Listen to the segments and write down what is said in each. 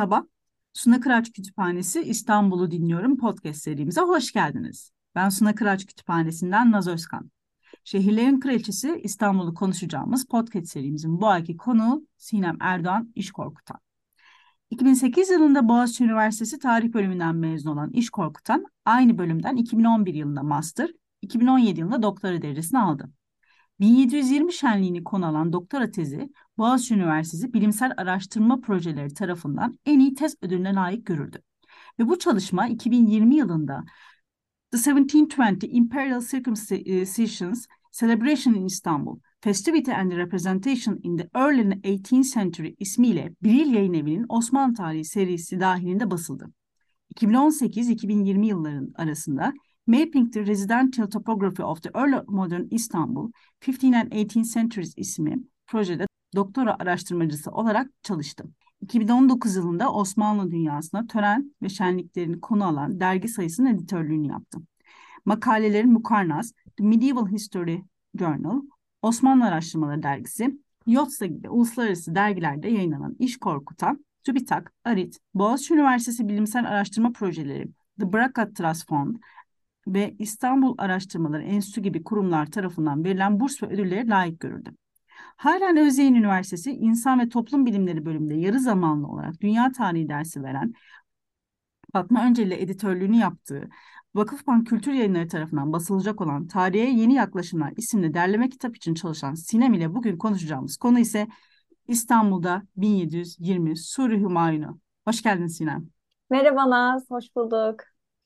Merhaba, Suna Kıraç Kütüphanesi İstanbul'u dinliyorum podcast serimize hoş geldiniz. Ben Suna Kıraç Kütüphanesi'nden Naz Özkan. Şehirlerin Kraliçesi İstanbul'u konuşacağımız podcast serimizin bu ayki konuğu Sinem Erdoğan İşkorkutan. 2008 yılında Boğaziçi Üniversitesi Tarih Bölümünden mezun olan İşkorkutan, aynı bölümden 2011 yılında master, 2017 yılında doktora derecesini aldı. 1720 şenliğini konu alan doktora tezi, Boğaziçi Üniversitesi Bilimsel Araştırma Projeleri tarafından en iyi tez ödülüne layık görüldü. Ve bu çalışma 2020 yılında The 1720 Imperial Circumcisions Celebration in Istanbul, Festivity and Representation in the Early 18th Century ismiyle Biril Yayın Evi'nin Osmanlı Tarihi serisi dahilinde basıldı. 2018-2020 yılların arasında Mapping the Residential Topography of the Early Modern Istanbul, 15 and 18th Centuries isimli projede doktora araştırmacısı olarak çalıştım. 2019 yılında Osmanlı dünyasına tören ve şenliklerini konu alan dergi sayısının editörlüğünü yaptım. Makalelerin Mukarnas, The Medieval History Journal, Osmanlı Araştırmaları Dergisi, Yotsa gibi uluslararası dergilerde yayınlanan İş Korkutan, TÜBİTAK, ARİT, Boğaziçi Üniversitesi Bilimsel Araştırma Projeleri, The Brakat Trust Fund ve İstanbul Araştırmaları Enstitüsü gibi kurumlar tarafından verilen burs ve ödüllere layık görüldü. Halen Özyeğin Üniversitesi İnsan ve Toplum Bilimleri bölümünde yarı zamanlı olarak dünya tarihi dersi veren, Fatma Öncel ile editörlüğünü yaptığı Vakıfbank Kültür Yayınları tarafından basılacak olan Tarihe Yeni Yaklaşımlar isimli derleme kitap için çalışan Sinem ile bugün konuşacağımız konu ise İstanbul'da 1720 Sur-i Hümayunu. Hoş geldin Sinem. Merhaba Naz, hoş bulduk.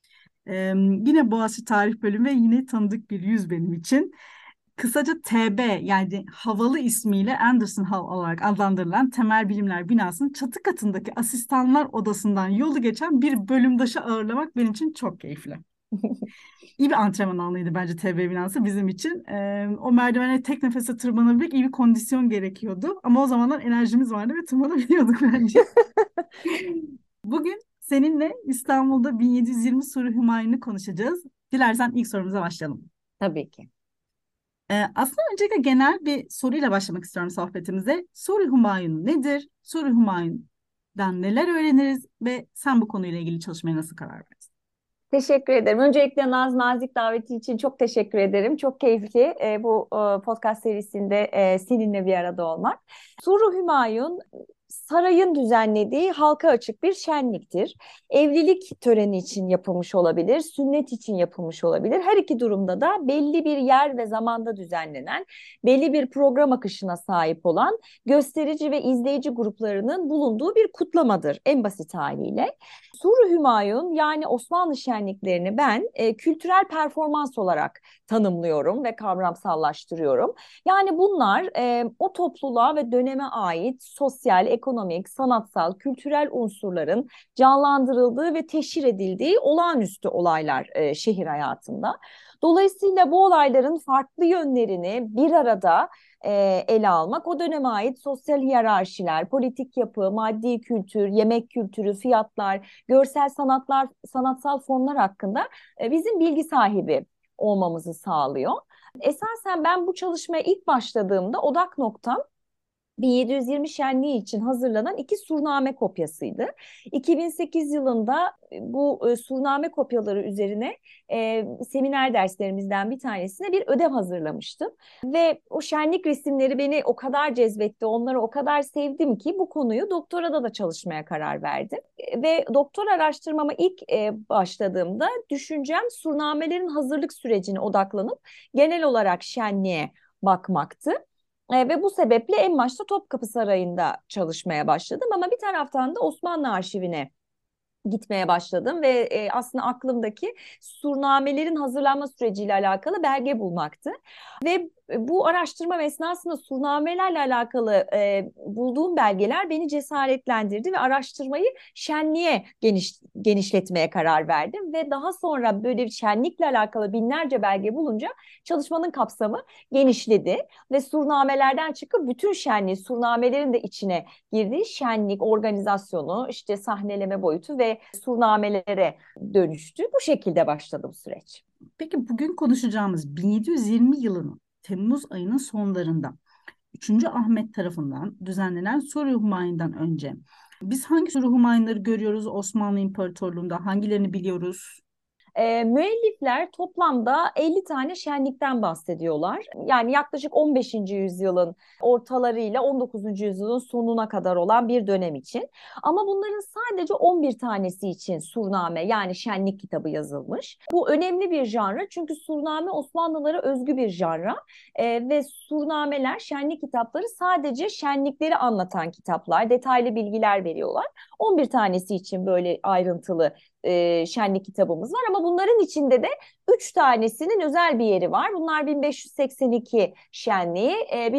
Yine Boğaziçi Tarih Bölümü ve yine tanıdık bir yüz benim için. Kısaca TB yani havalı ismiyle Anderson Hall olarak adlandırılan Temel Bilimler binasının çatı katındaki asistanlar odasından yolu geçen bir bölümdaşı ağırlamak benim için çok keyifli. İyi bir antrenman alanıydı bence TB binası bizim için. O merdivene tek nefese tırmanabilmek iyi bir kondisyon gerekiyordu. Ama o zamanlar enerjimiz vardı ve tırmanabiliyorduk bence. Bugün seninle İstanbul'da 1720 Sur-i Hümayun'u konuşacağız. Dilersen ilk sorumuza başlayalım. Tabii ki. Aslında öncelikle genel bir soruyla başlamak istiyorum sohbetimize. Sur-i Hümayun nedir? Sur-i Hümayun'dan neler öğreniriz ve sen bu konuyla ilgili çalışmaya nasıl karar verdin? Teşekkür ederim. Öncelikle Naz nazik daveti için çok teşekkür ederim. Çok keyifli bu podcast serisinde seninle bir arada olmak. Sur-u Hümayun sarayın düzenlediği halka açık bir şenliktir. Evlilik töreni için yapılmış olabilir, sünnet için yapılmış olabilir. Her iki durumda da belli bir yer ve zamanda düzenlenen, belli bir program akışına sahip olan gösterici ve izleyici gruplarının bulunduğu bir kutlamadır en basit haliyle. Sur-u Hümayun yani Osmanlı şenliklerini ben kültürel performans olarak tanımlıyorum ve kavramsallaştırıyorum. Yani bunlar o topluluğa ve döneme ait sosyal, ekonomik, sanatsal, kültürel unsurların canlandırıldığı ve teşhir edildiği olağanüstü olaylar şehir hayatında. Dolayısıyla bu olayların farklı yönlerini bir arada ele almak, o döneme ait sosyal hiyerarşiler, politik yapı, maddi kültür, yemek kültürü, fiyatlar, görsel sanatlar, sanatsal formlar hakkında bizim bilgi sahibi olmamızı sağlıyor. Esasen ben bu çalışmaya ilk başladığımda odak noktam 1720 şenliği için hazırlanan iki surname kopyasıydı. 2008 yılında bu surname kopyaları üzerine seminer derslerimizden bir tanesine bir ödev hazırlamıştım. Ve o şenlik resimleri beni o kadar cezbetti, onları o kadar sevdim ki bu konuyu doktorada da çalışmaya karar verdim. Ve doktor araştırmama ilk başladığımda düşüncem surnamelerin hazırlık sürecine odaklanıp genel olarak şenliğe bakmaktı. Ve bu sebeple en başta Topkapı Sarayı'nda çalışmaya başladım ama bir taraftan da Osmanlı Arşivine gitmeye başladım ve aslında aklımdaki surnamelerin hazırlanma süreciyle alakalı belge bulmaktı. Ve bu araştırma esnasında surnamelerle alakalı bulduğum belgeler beni cesaretlendirdi ve araştırmayı şenliğe genişletmeye karar verdim. Ve daha sonra böyle bir şenlikle alakalı binlerce belge bulunca çalışmanın kapsamı genişledi ve surnamelerden çıkıp bütün şenliği, surnamelerin de içine girdiği şenlik, organizasyonu, işte sahneleme boyutu ve surnamelere dönüştü. Bu şekilde başladı bu süreç. Peki bugün konuşacağımız 1720 yılının Temmuz ayının sonlarında 3. Ahmet tarafından düzenlenen Sur-i Hümayun'dan önce Biz hangi Suri Humayunları görüyoruz Osmanlı İmparatorluğu'nda? Hangilerini biliyoruz? Müellifler toplamda 50 tane şenlikten bahsediyorlar. Yani yaklaşık 15. yüzyılın ortalarıyla 19. yüzyılın sonuna kadar olan bir dönem için. Ama bunların sadece 11 tanesi için surname yani şenlik kitabı yazılmış. Bu önemli bir janra çünkü surname Osmanlılara özgü bir janra. Ve surnameler, şenlik kitapları sadece şenlikleri anlatan kitaplar, detaylı bilgiler veriyorlar. 11 tanesi için böyle ayrıntılı şenlik kitabımız var ama bunların içinde de 3 tanesinin özel bir yeri var. Bunlar 1582 şenliği,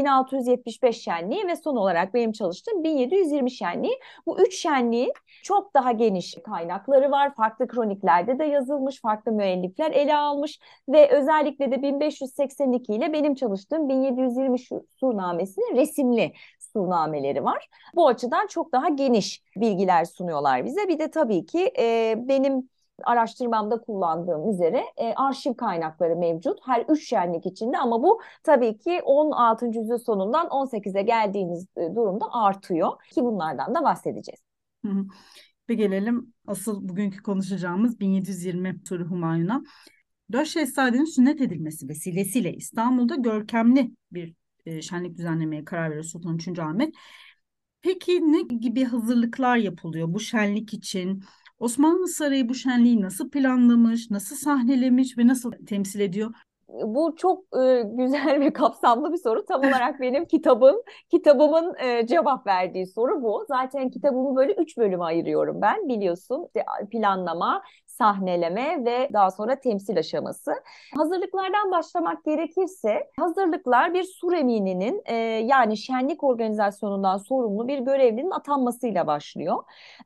1675 şenliği ve son olarak benim çalıştığım 1720 şenliği. Bu 3 şenliğin çok daha geniş kaynakları var. Farklı kroniklerde de yazılmış, farklı müellifler ele almış ve özellikle de 1582 ile benim çalıştığım 1720 surnamesinin resimli surnameleri var. Bu açıdan çok daha geniş bilgiler sunuyorlar bize. Bir de tabii ki benim araştırmamda kullandığım üzere arşiv kaynakları mevcut. Her üç şenlik içinde ama bu tabii ki 16. yüzyıl sonundan 18'e geldiğimiz durumda artıyor ki bunlardan da bahsedeceğiz. Hı hı. Ve gelelim asıl bugünkü konuşacağımız 1720 Suri Humayun'a. Dört Şehzadenin sünnet edilmesi vesilesiyle İstanbul'da görkemli bir şenlik düzenlemeye karar veriyor Sultan 3. Ahmet. Peki ne gibi hazırlıklar yapılıyor bu şenlik için? Osmanlı Sarayı bu şenliği nasıl planlamış, nasıl sahnelemiş ve nasıl temsil ediyor? Bu çok güzel ve kapsamlı bir soru. Tam olarak benim kitabımın cevap verdiği soru bu. Zaten kitabımı böyle 3 bölüme ayırıyorum ben biliyorsun. İşte planlama, sahneleme ve daha sonra temsil aşaması. Hazırlıklardan başlamak gerekirse hazırlıklar bir sur emininin yani şenlik organizasyonundan sorumlu bir görevlinin atanmasıyla başlıyor.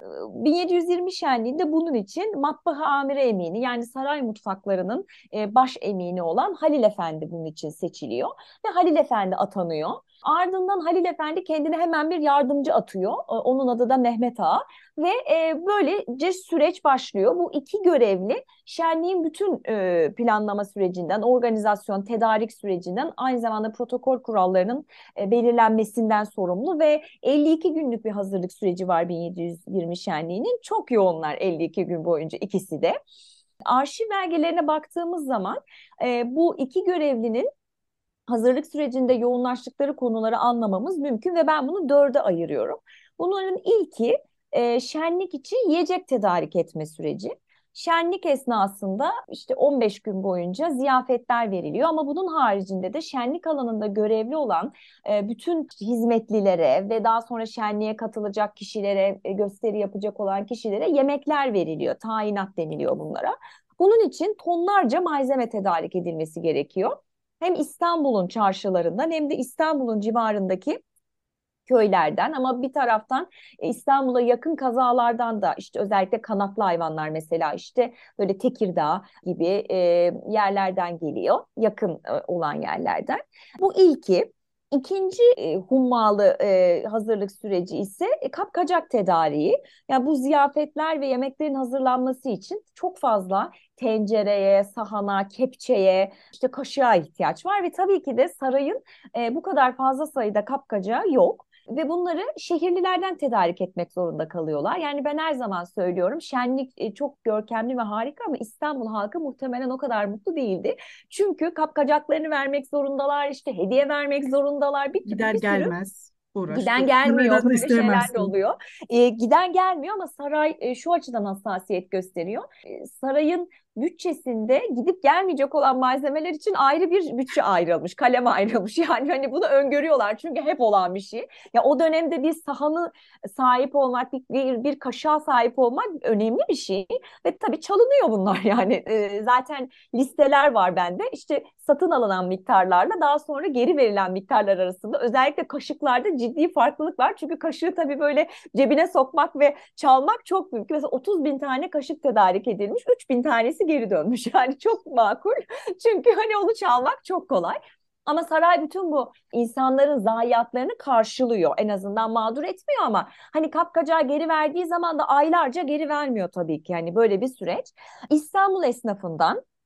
1720 şenliğinde bunun için matbaa amire emini yani saray mutfaklarının baş emini olan Halil Efendi bunun için seçiliyor ve Halil Efendi atanıyor. Ardından Halil Efendi kendine hemen bir yardımcı atıyor. Onun adı da Mehmet Ağa ve böylece süreç başlıyor. Bu iki görevli şenliğin bütün planlama sürecinden, organizasyon, tedarik sürecinden, aynı zamanda protokol kurallarının belirlenmesinden sorumlu ve 52 günlük bir hazırlık süreci var 1720 şenliğinin. Çok yoğunlar 52 gün boyunca ikisi de. Arşiv belgelerine baktığımız zaman bu iki görevlinin hazırlık sürecinde yoğunlaştıkları konuları anlamamız mümkün ve ben bunu dörde ayırıyorum. Bunların ilki şenlik için yiyecek tedarik etme süreci. Şenlik esnasında işte 15 gün boyunca ziyafetler veriliyor ama bunun haricinde de şenlik alanında görevli olan bütün hizmetlilere ve daha sonra şenliğe katılacak kişilere, gösteri yapacak olan kişilere yemekler veriliyor. Tayinat deniliyor bunlara. Bunun için tonlarca malzeme tedarik edilmesi gerekiyor. Hem İstanbul'un çarşılarından hem de İstanbul'un civarındaki köylerden ama bir taraftan İstanbul'a yakın kazalardan da işte özellikle kanatlı hayvanlar mesela işte böyle Tekirdağ gibi yerlerden geliyor. Yakın olan yerlerden. Bu ilki. İkinci hummalı hazırlık süreci ise kapkacak tedariği. Yani bu ziyafetler ve yemeklerin hazırlanması için çok fazla tencereye, sahana, kepçeye, işte kaşığa ihtiyaç var ve tabii ki de sarayın bu kadar fazla sayıda kapkacağı yok. Ve bunları şehirlilerden tedarik etmek zorunda kalıyorlar. Yani ben her zaman söylüyorum şenlik çok görkemli ve harika ama İstanbul halkı muhtemelen o kadar mutlu değildi. Çünkü kapkacaklarını vermek zorundalar, işte hediye vermek zorundalar. Gider Bir sürü gelmez uğraş. giden Saraydan gelmiyor, da böyle şeyler de isteyemezsin. oluyor. Giden gelmiyor ama saray şu açıdan hassasiyet gösteriyor. Sarayın bütçesinde gidip gelmeyecek olan malzemeler için ayrı bir bütçe ayrılmış, kalem ayrılmış. Yani hani bunu öngörüyorlar çünkü hep olan bir şey. Ya o dönemde bir sahanı sahip olmak, bir kaşığa sahip olmak önemli bir şey. Ve tabii çalınıyor bunlar yani. Zaten listeler var bende. İşte satın alınan miktarlarla daha sonra geri verilen miktarlar arasında özellikle kaşıklarda ciddi farklılık var. Çünkü kaşığı tabii böyle cebine sokmak ve çalmak çok büyük. Mesela 30 bin tane kaşık tedarik edilmiş. 3 bin tanesi geri dönmüş. Yani çok makul. Çünkü hani onu çalmak çok kolay. Ama saray bütün bu insanların zayiatlarını karşılıyor. En azından mağdur etmiyor ama hani kapkacağı geri verdiği zaman da aylarca geri vermiyor tabii ki. Yani böyle bir süreç. İstanbul esnafından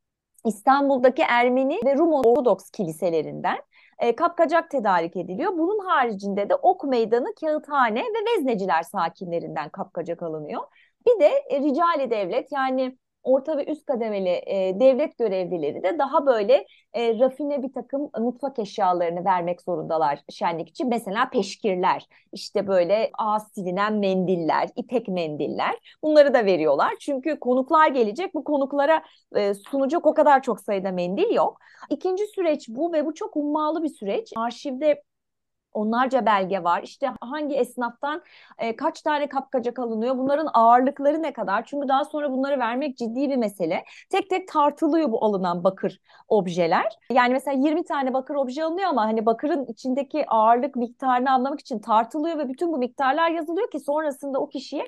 İstanbul'daki Ermeni ve Rum Ortodoks kiliselerinden kapkacak tedarik ediliyor. Bunun haricinde de Ok Meydanı, Kağıthane ve Vezneciler sakinlerinden kapkacak alınıyor. Bir de ricali devlet, yani orta ve üst kademeli devlet görevlileri de daha böyle rafine bir takım mutfak eşyalarını vermek zorundalar şenlik için. Mesela peşkirler, işte böyle ağız silinen mendiller, ipek mendiller, bunları da veriyorlar. Çünkü konuklar gelecek, bu konuklara sunacak o kadar çok sayıda mendil yok. İkinci süreç bu ve bu çok hummalı bir süreç. Arşivde onlarca belge var. İşte hangi esnaftan kaç tane kapkacak alınıyor? Bunların ağırlıkları ne kadar? Çünkü daha sonra bunları vermek ciddi bir mesele. Tek tek tartılıyor bu alınan bakır objeler. Yani mesela 20 tane bakır obje alınıyor ama hani bakırın içindeki ağırlık miktarını anlamak için tartılıyor ve bütün bu miktarlar yazılıyor ki sonrasında o kişiye,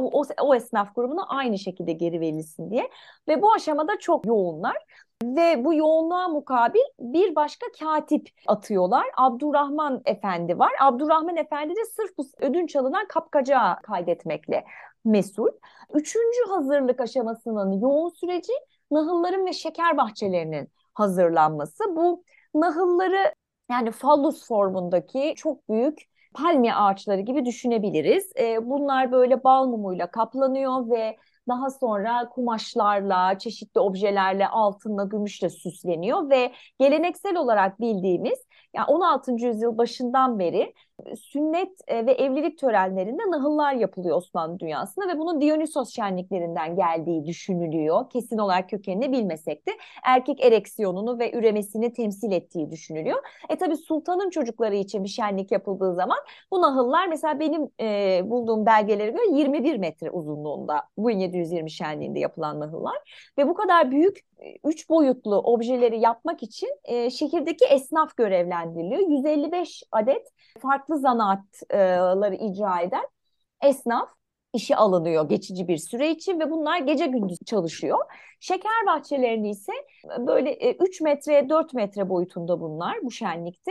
o esnaf grubuna aynı şekilde geri verilsin diye. Ve bu aşamada çok yoğunlar. Ve bu yoğunluğa mukabil bir başka katip atıyorlar. Abdurrahman Efendi var. Abdurrahman Efendi de sırf bu ödünç alınan kapkacağı kaydetmekle mesul. Üçüncü hazırlık aşamasının yoğun süreci nahılların ve şeker bahçelerinin hazırlanması. Bu nahılları yani fallus formundaki çok büyük palmiye ağaçları gibi düşünebiliriz. Bunlar böyle bal mumuyla kaplanıyor ve daha sonra kumaşlarla, çeşitli objelerle, altınla, gümüşle süsleniyor ve geleneksel olarak bildiğimiz, yani 16. yüzyıl başından beri sünnet ve evlilik törenlerinde nahıllar yapılıyor Osmanlı dünyasında ve bunun Dionysos şenliklerinden geldiği düşünülüyor. Kesin olarak kökenini bilmesek de erkek ereksiyonunu ve üremesini temsil ettiği düşünülüyor. Tabii sultanın çocukları için bir şenlik yapıldığı zaman bu nahıllar mesela benim bulduğum belgelere göre 21 metre uzunluğunda, bu 1720 şenliğinde yapılan nahıllar ve bu kadar büyük 3 boyutlu objeleri yapmak için şehirdeki esnaf görevlendiriliyor. 155 adet farklı zanaatları icra eden esnaf işe alınıyor geçici bir süre için ve bunlar gece gündüz çalışıyor. Şeker bahçelerini ise böyle 3 metreye 4 metre boyutunda bunlar bu şenlikte.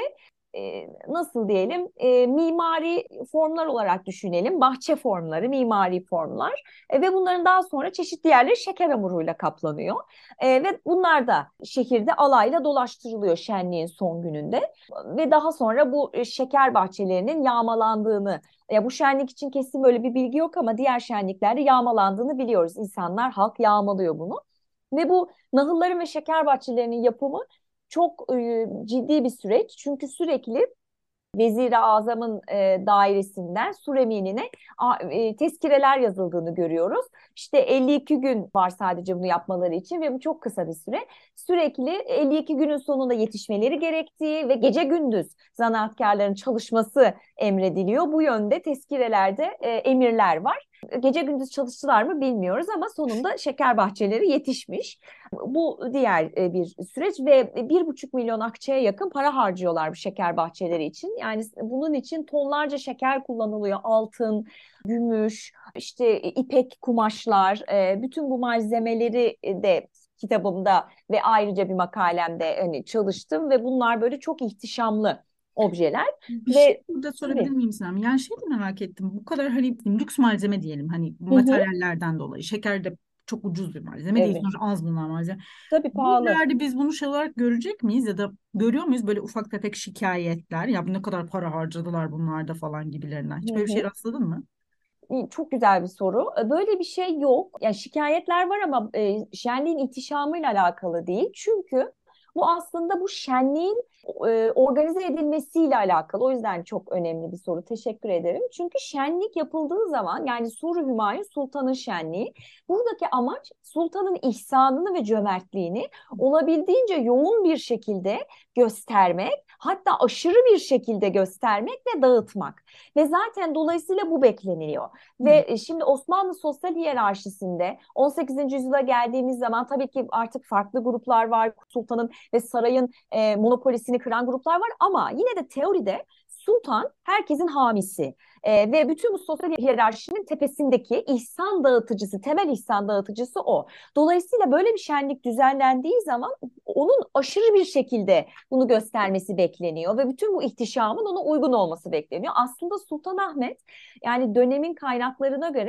Nasıl diyelim, mimari formlar olarak düşünelim. Bahçe formları, mimari formlar ve bunların daha sonra çeşitli yerleri şeker hamuruyla kaplanıyor. Ve bunlar da şehirde alayla dolaştırılıyor şenliğin son gününde. Ve daha sonra bu şeker bahçelerinin yağmalandığını, ya bu şenlik için kesin böyle bir bilgi yok ama diğer şenliklerde yağmalandığını biliyoruz. İnsanlar, halk yağmalıyor bunu. Ve bu nahılların ve şeker bahçelerinin yapımı çok ciddi bir süreç. Çünkü sürekli Vezir-i Azam'ın dairesinden sur eminine tezkireler yazıldığını görüyoruz. İşte 52 gün var sadece bunu yapmaları için ve bu çok kısa bir süre. Sürekli 52 günün sonunda yetişmeleri gerektiği ve gece gündüz zanaatkarların çalışması emrediliyor. Bu yönde tezkirelerde emirler var. Gece gündüz çalıştılar mı bilmiyoruz ama sonunda şeker bahçeleri yetişmiş. Bu diğer bir süreç ve 1,5 milyon akçeye yakın para harcıyorlar bu şeker bahçeleri için. Yani bunun için tonlarca şeker kullanılıyor. Altın, gümüş, işte ipek kumaşlar, bütün bu malzemeleri de kitabımda ve ayrıca bir makalemde hani çalıştım ve bunlar böyle çok ihtişamlı objeler Bir şey ve burada sorabilir tabii. miyim Sinem? Yani şey de merak ettim. Bu kadar hani lüks malzeme diyelim hani Hı hı, materyallerden dolayı. Şeker de çok ucuz bir malzeme değil. evet. Sonuçta az bunlar malzeme. Tabii Bu pahalı. ileride biz bunu şey olarak görecek miyiz ya da görüyor muyuz böyle ufak tefek şikayetler? Ya bu ne kadar para harcadılar bunlarda falan gibilerinden. Hı Hiç böyle bir şey hı. rastladın mı? Çok güzel bir soru. Böyle bir şey yok. Yani şikayetler var ama şenliğin ihtişamıyla alakalı değil. Çünkü bu aslında bu şenliğin organize edilmesiyle alakalı. O yüzden çok önemli bir soru. Teşekkür ederim. Çünkü şenlik yapıldığı zaman, yani Sur-u Hümayun Sultan'ın şenliği, buradaki amaç sultanın ihsanını ve cömertliğini olabildiğince yoğun bir şekilde göstermek, hatta aşırı bir şekilde göstermek ve dağıtmak. Ve zaten dolayısıyla bu bekleniliyor. Hı. Ve şimdi Osmanlı sosyal hiyerarşisinde 18. yüzyıla geldiğimiz zaman tabii ki artık farklı gruplar var. Sultanın ve sarayın monopolisini kıran gruplar var ama yine de teoride sultan herkesin hamisi. Ve bütün bu sosyal hiyerarşinin tepesindeki ihsan dağıtıcısı, temel ihsan dağıtıcısı o. Dolayısıyla böyle bir şenlik düzenlendiği zaman onun aşırı bir şekilde bunu göstermesi bekleniyor ve bütün bu ihtişamın ona uygun olması bekleniyor. Aslında Sultanahmet, yani dönemin kaynaklarına göre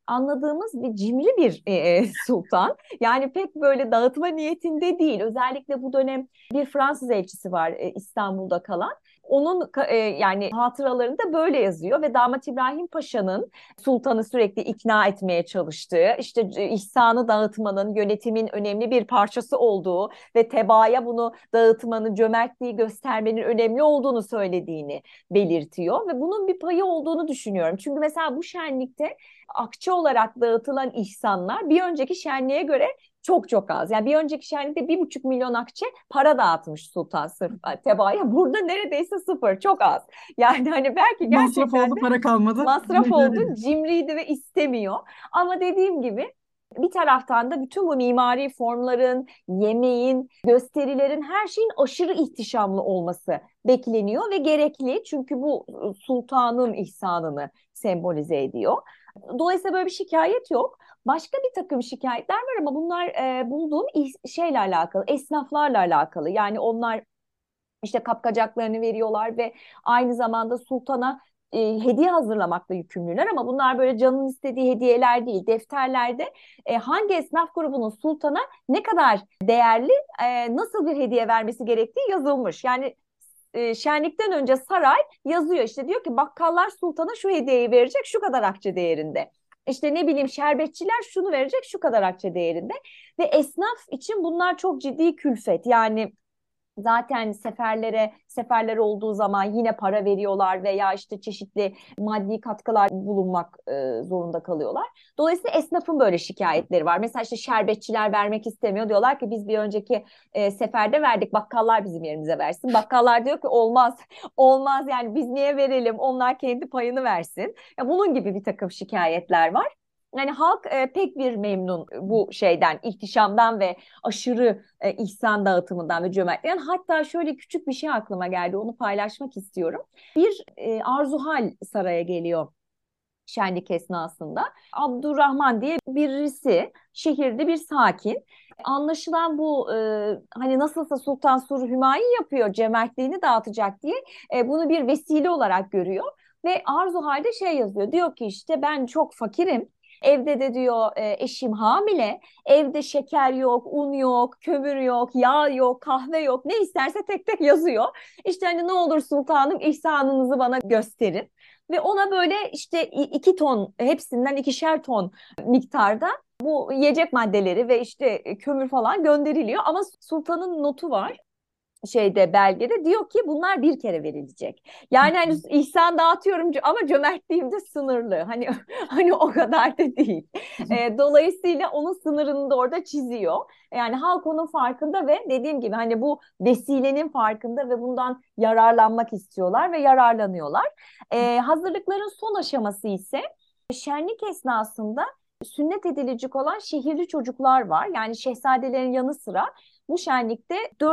anladığımız bir cimri bir sultan. Yani pek böyle dağıtma niyetinde değil. Özellikle bu dönem bir Fransız elçisi var İstanbul'da kalan. Onun yani hatıralarında böyle yazıyor ve Damat İbrahim Paşa'nın sultanı sürekli ikna etmeye çalıştığı, işte ihsanı dağıtmanın, yönetimin önemli bir parçası olduğu ve tebaaya bunu dağıtmanın, cömertliği göstermenin önemli olduğunu söylediğini belirtiyor ve bunun bir payı olduğunu düşünüyorum. Çünkü mesela bu şenlikte akçe olarak dağıtılan ihsanlar bir önceki şenliğe göre çok çok az. Yani bir önceki şenlikte 1,5 milyon akçe para dağıtmış sultan sırf tebaaya. Burada neredeyse sıfır, çok az. Yani hani belki Masraf gerçekten oldu, de para kalmadı. masraf oldu, cimriydi ve istemiyor. Ama dediğim gibi bir taraftan da bütün bu mimari formların, yemeğin, gösterilerin, her şeyin aşırı ihtişamlı olması bekleniyor ve gerekli. Çünkü bu sultanın ihsanını sembolize ediyor. Dolayısıyla böyle bir şikayet yok. Başka bir takım şikayetler var ama bunlar bulduğum şeyle alakalı, esnaflarla alakalı. Yani onlar işte kapkacaklarını veriyorlar ve aynı zamanda sultana hediye hazırlamakla yükümlüler ama bunlar böyle canın istediği hediyeler değil. Defterlerde hangi esnaf grubunun sultana ne kadar değerli, nasıl bir hediye vermesi gerektiği yazılmış. Yani şenlikten önce saray yazıyor, işte diyor ki bakkallar sultana şu hediyeyi verecek, şu kadar akçe değerinde. İşte ne bileyim şerbetçiler şunu verecek, şu kadar akçe değerinde. Ve esnaf için bunlar çok ciddi külfet. Yani zaten seferler olduğu zaman yine para veriyorlar veya işte çeşitli maddi katkılar bulunmak zorunda kalıyorlar. Dolayısıyla esnafın böyle şikayetleri var. Mesela işte şerbetçiler vermek istemiyor. Diyorlar ki biz bir önceki seferde verdik. Bakkallar bizim yerimize versin. Bakkallar diyor ki olmaz. Olmaz, yani biz niye verelim? Onlar kendi payını versin. Ya bunun gibi bir takım şikayetler var. Yani halk pek bir memnun bu şeyden, ihtişamdan ve aşırı ihsan dağıtımından ve cömertliğinden. Hatta şöyle küçük bir şey aklıma geldi, onu paylaşmak istiyorum. Bir Arzuhal saraya geliyor şenlik esnasında. Abdurrahman diye birisi, şehirde bir sakin. Anlaşılan bu hani nasılsa Sultan Sur Hümayun yapıyor, cömertliğini dağıtacak diye bunu bir vesile olarak görüyor. Ve Arzuhal'de şey yazıyor, diyor ki işte ben çok fakirim. Evde de diyor eşim hamile. Evde şeker yok, un yok, kömür yok, yağ yok, kahve yok. Ne isterse tek tek yazıyor. İşte hani ne olur sultanım ihsanınızı bana gösterin. Ve ona böyle işte 2 ton, hepsinden 2'şer ton miktarda bu yiyecek maddeleri ve işte kömür falan gönderiliyor. Ama sultanın notu var şeyde, belgede diyor ki bunlar bir kere verilecek. Yani hani ihsan dağıtıyorum ama cömertliğim de sınırlı. Hani hani o kadar da değil. Dolayısıyla onun sınırını da orada çiziyor. Yani halk onun farkında ve dediğim gibi hani bu vesilenin farkında ve bundan yararlanmak istiyorlar ve yararlanıyorlar. Hazırlıkların son aşaması ise şenlik esnasında sünnet edilecek olan şehirli çocuklar var. Yani şehzadelerin yanı sıra bu şenlikte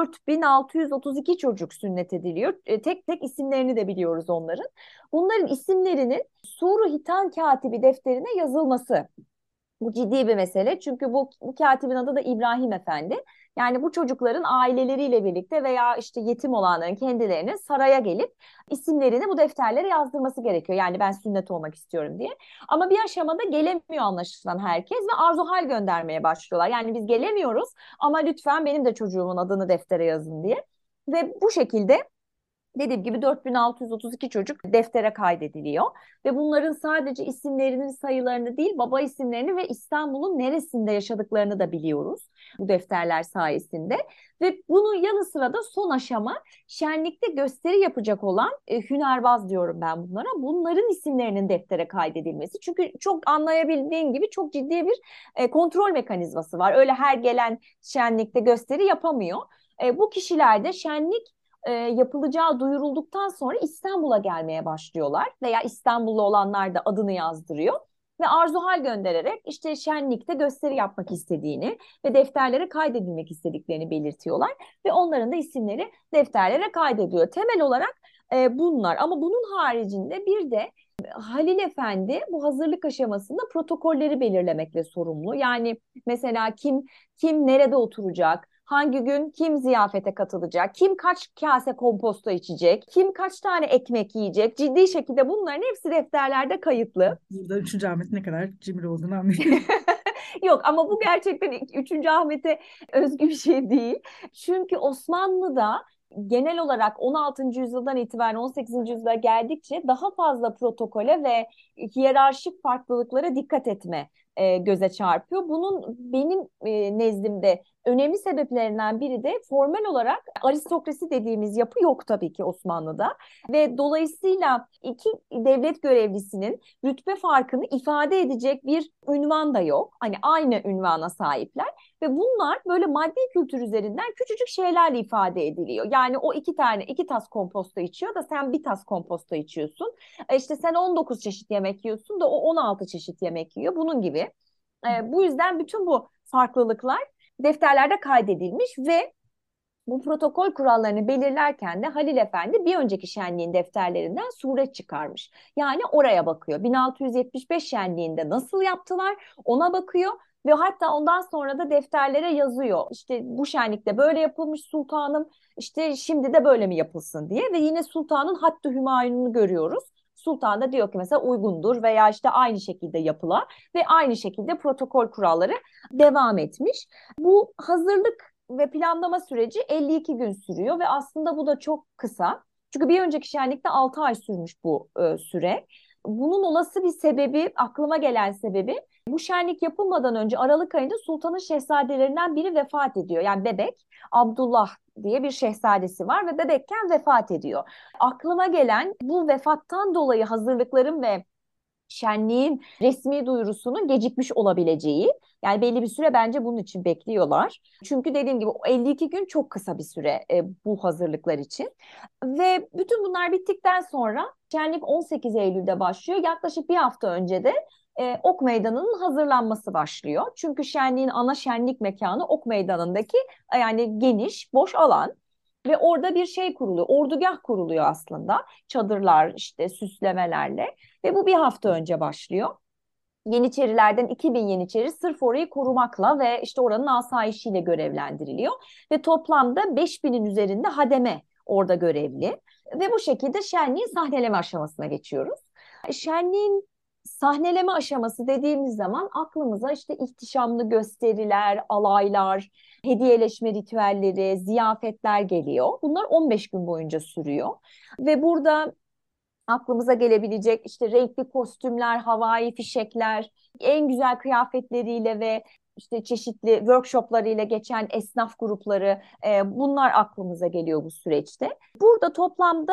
4.632 çocuk sünnet ediliyor. Tek tek isimlerini de biliyoruz onların. Bunların isimlerinin Suru Hitan Katibi defterine yazılması. Bu ciddi bir mesele çünkü bu katibin adı da İbrahim Efendi. Yani bu çocukların aileleriyle birlikte veya işte yetim olanların kendilerinin saraya gelip isimlerini bu defterlere yazdırması gerekiyor. Yani ben sünnet olmak istiyorum diye. Ama bir aşamada gelemiyor anlaşılan herkes ve arzuhal göndermeye başlıyorlar. Yani biz gelemiyoruz ama lütfen benim de çocuğumun adını deftere yazın diye. Ve bu şekilde dediğim gibi 4.632 çocuk deftere kaydediliyor ve bunların sadece isimlerinin sayılarını değil, baba isimlerini ve İstanbul'un neresinde yaşadıklarını da biliyoruz bu defterler sayesinde. Ve bunun yanı sıra da son aşama şenlikte gösteri yapacak olan hünerbaz diyorum ben bunlara. Bunların isimlerinin deftere kaydedilmesi. Çünkü çok anlayabildiğin gibi çok ciddi bir kontrol mekanizması var. Öyle her gelen şenlikte gösteri yapamıyor. Bu kişiler de şenlik yapılacağı duyurulduktan sonra İstanbul'a gelmeye başlıyorlar veya İstanbullu olanlar da adını yazdırıyor ve arzuhal göndererek işte şenlikte gösteri yapmak istediğini ve defterlere kaydedilmek istediklerini belirtiyorlar ve onların da isimleri defterlere kaydediyor. Temel olarak bunlar, ama bunun haricinde bir de Halil Efendi bu hazırlık aşamasında protokolleri belirlemekle sorumlu. Yani mesela kim nerede oturacak, hangi gün kim ziyafete katılacak, kim kaç kase komposto içecek, kim kaç tane ekmek yiyecek. Ciddi şekilde bunların hepsi defterlerde kayıtlı. Burada 3. Ahmet ne kadar cimri olduğunu anlıyorum. Yok ama bu gerçekten 3. Ahmet'e özgü bir şey değil. Çünkü Osmanlı'da genel olarak 16. yüzyıldan itibaren 18. yüzyıla geldikçe daha fazla protokole ve hiyerarşik farklılıklara dikkat etme göze çarpıyor. Bunun benim nezdimde önemli sebeplerinden biri de formel olarak aristokrasi dediğimiz yapı yok tabii ki Osmanlı'da ve dolayısıyla iki devlet görevlisinin rütbe farkını ifade edecek bir ünvan da yok. Hani aynı ünvana sahipler ve bunlar böyle maddi kültür üzerinden küçücük şeylerle ifade ediliyor. Yani o iki tas komposto içiyor da sen bir tas komposto içiyorsun. İşte sen 19 çeşit yemek yiyorsun da o 16 çeşit yemek yiyor. Bunun gibi. Bu yüzden bütün bu farklılıklar defterlerde kaydedilmiş ve bu protokol kurallarını belirlerken de Halil Efendi bir önceki şenliğin defterlerinden suret çıkarmış. Yani oraya bakıyor. 1675 şenliğinde nasıl yaptılar ona bakıyor ve hatta ondan sonra da defterlere yazıyor. İşte bu şenlikte böyle yapılmış sultanım, işte şimdi de böyle mi yapılsın diye ve yine sultanın Hattı Hümayun'unu görüyoruz. Sultan da diyor ki mesela uygundur veya işte aynı şekilde yapıla ve aynı şekilde protokol kuralları devam etmiş. Bu hazırlık ve planlama süreci 52 gün sürüyor ve aslında bu da çok kısa. Çünkü bir önceki şenlikte 6 ay sürmüş bu süre. Bunun olası bir sebebi, aklıma gelen sebebi bu şenlik yapılmadan önce Aralık ayında sultanın şehzadelerinden biri vefat ediyor. Yani bebek Abdullah diye bir şehzadesi var ve bebekken vefat ediyor. Aklıma gelen bu vefattan dolayı hazırlıkların ve şenliğin resmi duyurusunun gecikmiş olabileceği. Yani belli bir süre bence bunun için bekliyorlar. Çünkü dediğim gibi 52 gün çok kısa bir süre bu hazırlıklar için. Ve bütün bunlar bittikten sonra şenlik 18 Eylül'de başlıyor. Yaklaşık bir hafta önce de Ok Meydanı'nın hazırlanması başlıyor. Çünkü şenliğin ana şenlik mekanı Ok Meydanı'ndaki yani geniş, boş alan. Ve orada bir şey kuruluyor, ordugah kuruluyor aslında. Çadırlar işte süslemelerle. Ve bu bir hafta önce başlıyor. Yeniçerilerden 2000 Yeniçeri sırf orayı korumakla ve işte oranın asayişiyle görevlendiriliyor. Ve toplamda 5000'in üzerinde hademe orada görevli. Ve bu şekilde şenliğin sahneleme aşamasına geçiyoruz. Şenliğin sahneleme aşaması dediğimiz zaman aklımıza işte ihtişamlı gösteriler, alaylar, hediyeleşme ritüelleri, ziyafetler geliyor. Bunlar 15 gün boyunca sürüyor. Ve burada aklımıza gelebilecek işte renkli kostümler, havai fişekler, en güzel kıyafetleriyle ve işte çeşitli workshoplarıyla geçen esnaf grupları bunlar aklımıza geliyor bu süreçte. Burada toplamda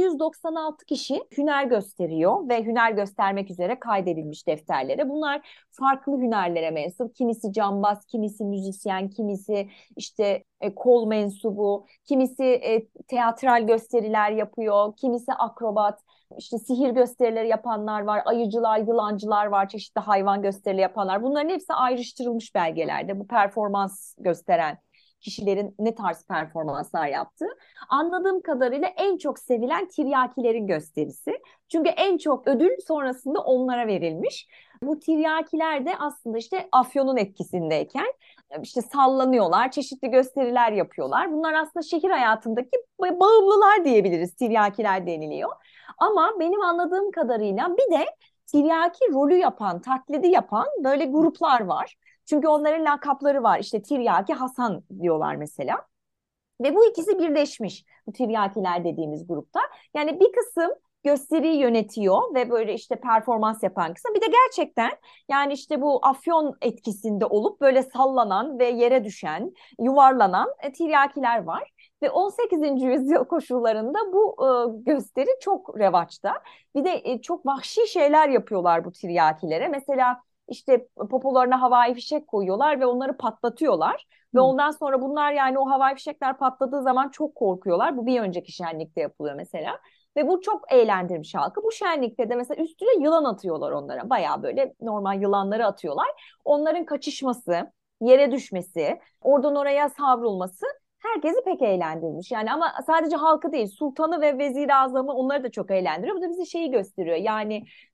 796 kişi hüner gösteriyor ve hüner göstermek üzere kaydedilmiş defterlere. Bunlar farklı hünerlere mensup. Kimisi cambaz, kimisi müzisyen, kimisi işte kol mensubu, kimisi teatral gösteriler yapıyor, kimisi akrobat. İşte sihir gösterileri yapanlar var, ayıcılar, yılancılar var, çeşitli hayvan gösterileri yapanlar. Bunların hepsi ayrıştırılmış belgelerde. Bu performans gösteren kişilerin ne tarz performanslar yaptığı. Anladığım kadarıyla en çok sevilen tiryakilerin gösterisi. Çünkü en çok ödül sonrasında onlara verilmiş. Bu tiryakiler de aslında işte afyonun etkisindeyken işte sallanıyorlar, çeşitli gösteriler yapıyorlar. Bunlar aslında şehir hayatındaki bağımlılar diyebiliriz, tiryakiler deniliyor. Ama benim anladığım kadarıyla bir de tiryaki rolü yapan, taklidi yapan böyle gruplar var. Çünkü onların lakapları var. İşte Tiryaki Hasan diyorlar mesela. Ve bu ikisi birleşmiş bu tiryakiler dediğimiz grupta. Yani bir kısım gösteriyi yönetiyor ve böyle işte performans yapan kısım. Bir de gerçekten yani işte bu afyon etkisinde olup böyle sallanan ve yere düşen, yuvarlanan tiryakiler var. Ve 18. yüzyıl koşullarında bu gösteri çok revaçta. Bir de çok vahşi şeyler yapıyorlar bu tiryakilere. Mesela işte popolarına havai fişek koyuyorlar ve onları patlatıyorlar. Ve Hı. ondan sonra bunlar yani o havai fişekler patladığı zaman çok korkuyorlar. Bu bir önceki şenlikte yapılıyor mesela. Ve bu çok eğlendirmiş halkı. Bu şenlikte de mesela üstüne yılan atıyorlar onlara. Bayağı böyle normal yılanları atıyorlar. Onların kaçışması, yere düşmesi, oradan oraya savrulması herkesi pek eğlendirmiş. Yani ama sadece halkı değil, sultanı ve vezir-i azamı onları da çok eğlendiriyor. Bu da bize şeyi gösteriyor. Yani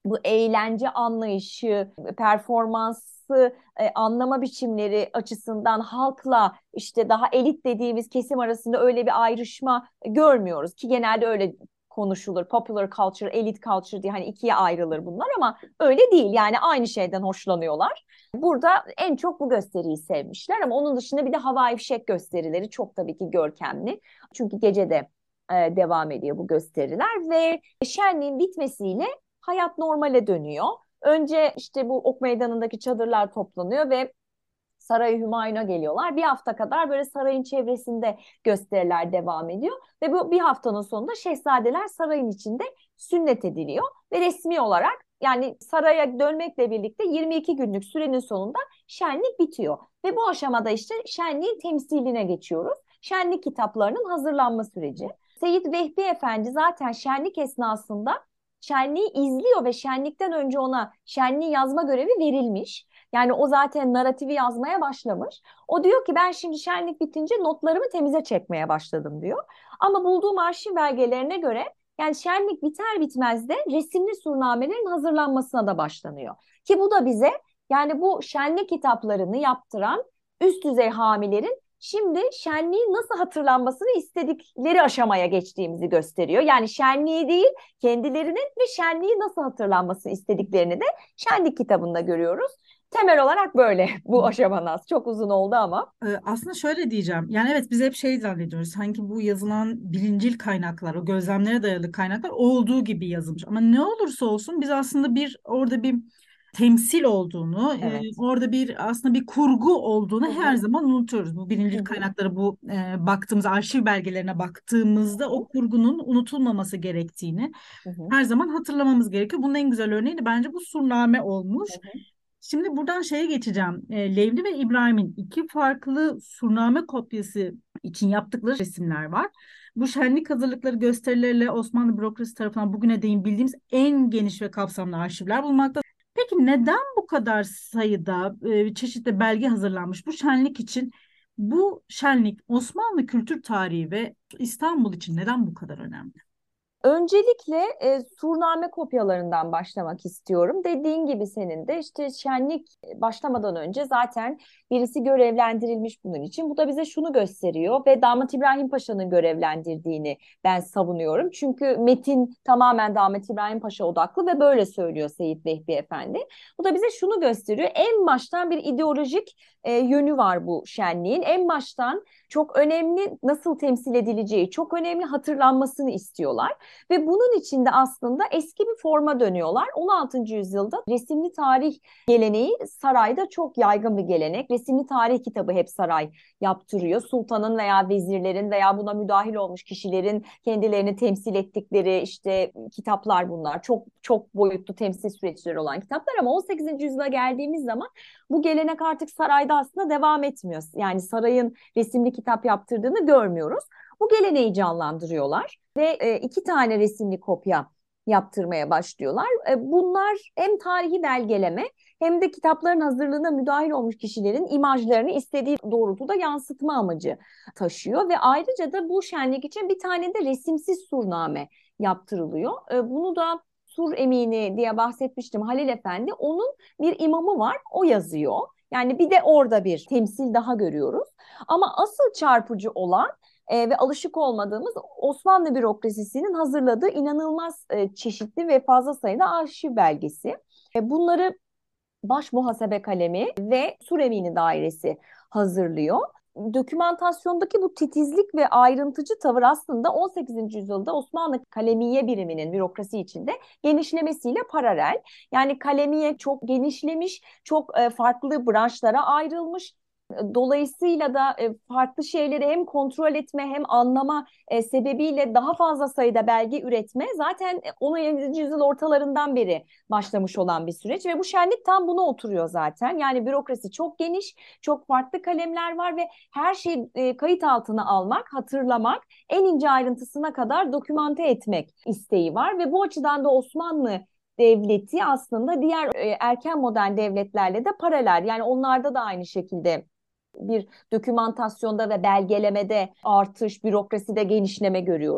bu eğlence anlayışı, performansı anlama biçimleri açısından halkla işte daha elit dediğimiz kesim arasında öyle bir ayrışma görmüyoruz ki genelde öyle konuşulur. Popular culture, elite culture diye hani ikiye ayrılır bunlar ama öyle değil. Yani aynı şeyden hoşlanıyorlar. Burada en çok bu gösteriyi sevmişler ama onun dışında bir de havai fişek gösterileri çok tabii ki görkemli. Çünkü gece de devam ediyor bu gösteriler ve şenliğin bitmesiyle hayat normale dönüyor. Önce işte bu ok meydanındaki çadırlar toplanıyor ve Saray-ı Hümayun'a geliyorlar. Bir hafta kadar böyle sarayın çevresinde gösteriler devam ediyor. Ve bu bir haftanın sonunda şehzadeler sarayın içinde sünnet ediliyor. Ve resmi olarak yani saraya dönmekle birlikte 22 günlük sürenin sonunda şenlik bitiyor. Ve bu aşamada işte şenliğin temsiline geçiyoruz. Şenlik kitaplarının hazırlanma süreci. Seyit Vehbi Efendi zaten şenlik esnasında şenliği izliyor ve şenlikten önce ona şenliği yazma görevi verilmiş. Yani o zaten narratifi yazmaya başlamış. O diyor ki ben şimdi şenlik bitince notlarımı temize çekmeye başladım diyor. Ama bulduğum arşiv belgelerine göre yani şenlik biter bitmez de resimli surnamelerin hazırlanmasına da başlanıyor. Ki bu da bize yani bu şenlik kitaplarını yaptıran üst düzey hamilerin şimdi şenliğin nasıl hatırlanmasını istedikleri aşamaya geçtiğimizi gösteriyor. Yani şenliği değil kendilerinin ve şenliği nasıl hatırlanmasını istediklerini de şenlik kitabında görüyoruz. Temel olarak böyle bu aşamanın çok uzun oldu ama. Aslında şöyle diyeceğim. Yani evet biz hep şey zannediyoruz. Sanki bu yazılan bilincil kaynaklar, o gözlemlere dayalı kaynaklar olduğu gibi yazılmış. Ama ne olursa olsun biz aslında orada bir temsil olduğunu, Evet. orada bir aslında bir kurgu olduğunu Hı her hı, zaman unutuyoruz. Bu hı bilincil hı, kaynakları baktığımız arşiv belgelerine baktığımızda o kurgunun unutulmaması gerektiğini hı hı, her zaman hatırlamamız gerekiyor. Bunun en güzel örneği de bence bu surname hı olmuş. hı. Şimdi buradan şeye geçeceğim. Levni ve İbrahim'in iki farklı surname kopyası için yaptıkları resimler var. Bu şenlik hazırlıkları gösterileriyle Osmanlı bürokrasi tarafından bugüne değin bildiğimiz en geniş ve kapsamlı arşivler bulunmakta. Peki neden bu kadar sayıda çeşitli belge hazırlanmış bu şenlik için? Bu şenlik Osmanlı kültür tarihi ve İstanbul için neden bu kadar önemli? Öncelikle surname kopyalarından başlamak istiyorum. Dediğin gibi senin de işte şenlik başlamadan önce zaten birisi görevlendirilmiş bunun için. Bu da bize şunu gösteriyor ve Damat İbrahim Paşa'nın görevlendirdiğini ben savunuyorum. Çünkü metin tamamen Damat İbrahim Paşa odaklı ve böyle söylüyor Seyit Vehbi Efendi. Bu da bize şunu gösteriyor. En baştan bir ideolojik yönü var bu şenliğin. En baştan çok önemli nasıl temsil edileceği, çok önemli hatırlanmasını istiyorlar. Ve bunun içinde aslında eski bir forma dönüyorlar. 16. yüzyılda resimli tarih geleneği sarayda çok yaygın bir gelenek. Resimli tarih kitabı hep saray yaptırıyor. Sultanın veya vezirlerin veya buna müdahil olmuş kişilerin kendilerini temsil ettikleri işte kitaplar bunlar. Çok çok boyutlu temsil süreçleri olan kitaplar ama 18. yüzyıla geldiğimiz zaman bu gelenek artık sarayda aslında devam etmiyor. Yani sarayın resimli kitap yaptırdığını görmüyoruz. Bu geleneği canlandırıyorlar ve iki tane resimli kopya yaptırmaya başlıyorlar. Bunlar hem tarihi belgeleme hem de kitapların hazırlığına müdahil olmuş kişilerin imajlarını istediği doğrultuda yansıtma amacı taşıyor ve ayrıca da bu şenlik için bir tane de resimsiz surname yaptırılıyor. Bunu da Sur Emini diye bahsetmiştim Halil Efendi. Onun bir imamı var, o yazıyor. Yani bir de orada bir temsil daha görüyoruz. Ama asıl çarpıcı olan ve alışık olmadığımız Osmanlı bürokrasisinin hazırladığı inanılmaz çeşitli ve fazla sayıda arşiv belgesi. Bunları baş muhasebe kalemi ve Surevini dairesi hazırlıyor. Dokümantasyondaki bu titizlik ve ayrıntıcı tavır aslında 18. yüzyılda Osmanlı kalemiye biriminin bürokrasi içinde genişlemesiyle paralel. Yani kalemiye çok genişlemiş, çok farklı branşlara ayrılmış. Dolayısıyla da farklı şeyleri hem kontrol etme hem anlama sebebiyle daha fazla sayıda belge üretme zaten 17. yüzyıl ortalarından beri başlamış olan bir süreç ve bu şenlik tam buna oturuyor zaten. Yani bürokrasi çok geniş, çok farklı kalemler var ve her şeyi kayıt altına almak, hatırlamak, en ince ayrıntısına kadar dokümante etmek isteği var ve bu açıdan da Osmanlı devleti aslında diğer erken modern devletlerle de paralel. Yani onlarda da aynı şekilde bir dokümantasyonda ve belgelemede artış, bürokraside genişleme görüyoruz.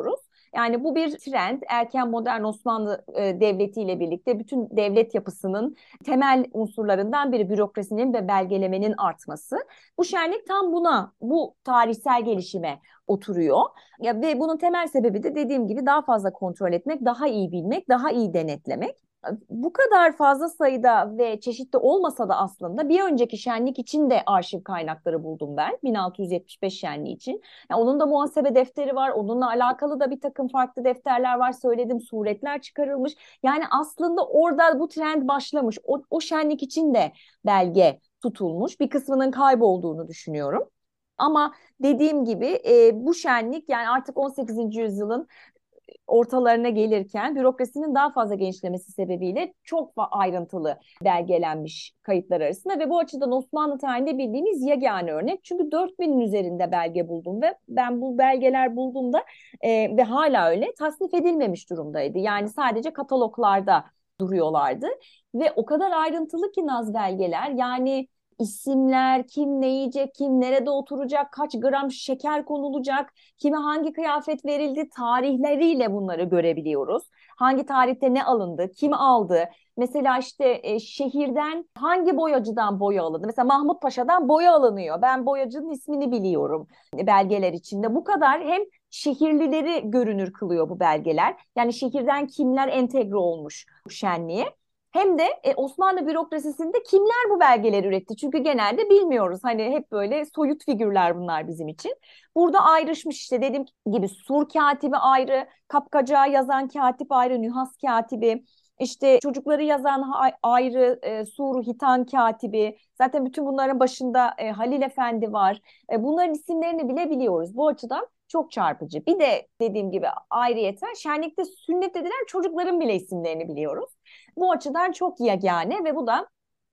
Yani bu bir trend. Erken modern Osmanlı Devleti ile birlikte bütün devlet yapısının temel unsurlarından biri bürokrasinin ve belgelemenin artması. Bu şenlik tam buna, bu tarihsel gelişime oturuyor. Ya ve bunun temel sebebi de dediğim gibi daha fazla kontrol etmek, daha iyi bilmek, daha iyi denetlemek. Bu kadar fazla sayıda ve çeşitli olmasa da aslında bir önceki şenlik için de arşiv kaynakları buldum ben. 1675 şenliği için. Yani onun da muhasebe defteri var. Onunla alakalı da bir takım farklı defterler var. Söyledim, suretler çıkarılmış. Yani aslında orada bu trend başlamış. O şenlik için de belge tutulmuş. Bir kısmının kaybolduğunu düşünüyorum. Ama dediğim gibi bu şenlik yani artık 18. yüzyılın ortalarına gelirken bürokrasinin daha fazla genişlemesi sebebiyle çok ayrıntılı belgelenmiş kayıtlar arasında ve bu açıdan Osmanlı tarihinde bildiğimiz yegane örnek. Çünkü 4000'in üzerinde belge buldum ve ben bu belgeler bulduğumda ve hala öyle tasnif edilmemiş durumdaydı. Yani sadece kataloglarda duruyorlardı ve o kadar ayrıntılı ki Naz belgeler, yani isimler, kim ne yiyecek, kim nerede oturacak, kaç gram şeker konulacak, kime hangi kıyafet verildi, tarihleriyle bunları görebiliyoruz. Hangi tarihte ne alındı, kim aldı? Mesela işte şehirden hangi boyacıdan boya alındı? Mesela Mahmut Paşa'dan boya alınıyor. Ben boyacının ismini biliyorum belgeler içinde. Bu kadar hem şehirlileri görünür kılıyor bu belgeler. Yani şehirden kimler entegre olmuş bu şenliğe. Hem de Osmanlı bürokrasisinde kimler bu belgeleri üretti? Çünkü genelde bilmiyoruz. Hani hep böyle soyut figürler bunlar bizim için. Burada ayrışmış işte dediğim gibi sur katibi ayrı, kapkacağı yazan katip ayrı, nühas katibi, işte çocukları yazan ayrı, Sur Hitan katibi. Zaten bütün bunların başında Halil Efendi var. Bunların isimlerini bile biliyoruz. Bu açıdan çok çarpıcı. Bir de dediğim gibi ayrıyeten şenlikte sünnet edilen çocukların bile isimlerini biliyoruz. Bu açıdan çok yegane ve bu da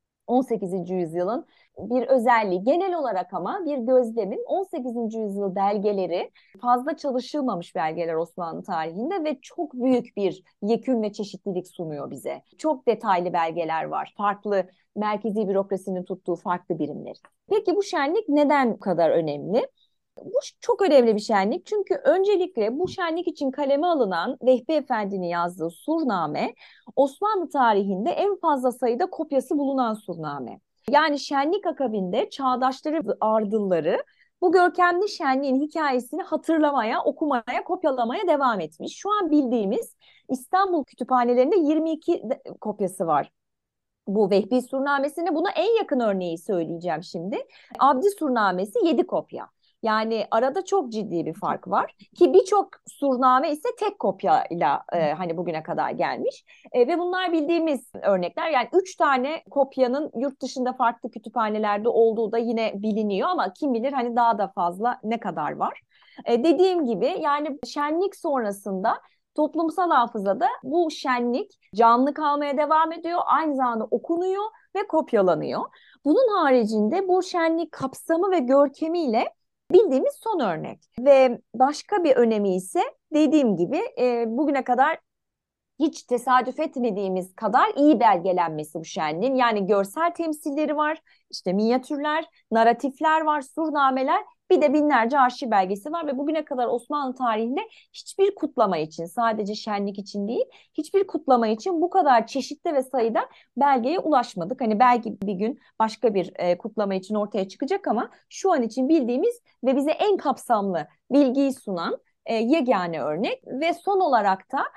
18. yüzyılın bir özelliği. Genel olarak ama bir gözlemin 18. yüzyıl belgeleri fazla çalışılmamış belgeler Osmanlı tarihinde ve çok büyük bir yekün ve çeşitlilik sunuyor bize. Çok detaylı belgeler var. Farklı merkezi bürokrasinin tuttuğu farklı birimler. Peki bu şenlik neden bu kadar önemli? Bu çok önemli bir şenlik çünkü öncelikle bu şenlik için kaleme alınan Vehbi Efendi'nin yazdığı surname Osmanlı tarihinde en fazla sayıda kopyası bulunan surname. Yani şenlik akabinde çağdaşları, ardılları bu görkemli şenliğin hikayesini hatırlamaya, okumaya, kopyalamaya devam etmiş. Şu an bildiğimiz İstanbul kütüphanelerinde 22 kopyası var. Bu Vehbi surnamesine buna en yakın örneği söyleyeceğim şimdi. Abdi surnamesi 7 kopya. Yani arada çok ciddi bir fark var ki birçok surname ise tek kopyayla hani bugüne kadar gelmiş ve bunlar bildiğimiz örnekler. Yani 3 tane kopyanın yurt dışında farklı kütüphanelerde olduğu da yine biliniyor ama kim bilir hani daha da fazla ne kadar var. Dediğim gibi yani şenlik sonrasında toplumsal hafızada bu şenlik canlı kalmaya devam ediyor. Aynı zamanda okunuyor ve kopyalanıyor. Bunun haricinde bu şenlik kapsamı ve görkemiyle bildiğimiz son örnek. Ve başka bir önemi ise dediğim gibi bugüne kadar hiç tesadüf etmediğimiz kadar iyi belgelenmesi bu şenliğin. Yani görsel temsilleri var, işte minyatürler, naratifler var, surnameler, bir de binlerce arşiv belgesi var ve bugüne kadar Osmanlı tarihinde hiçbir kutlama için, sadece şenlik için değil, hiçbir kutlama için bu kadar çeşitli ve sayıda belgeye ulaşmadık. Hani belki bir gün başka bir kutlama için ortaya çıkacak ama şu an için bildiğimiz ve bize en kapsamlı bilgiyi sunan yegane örnek ve son olarak da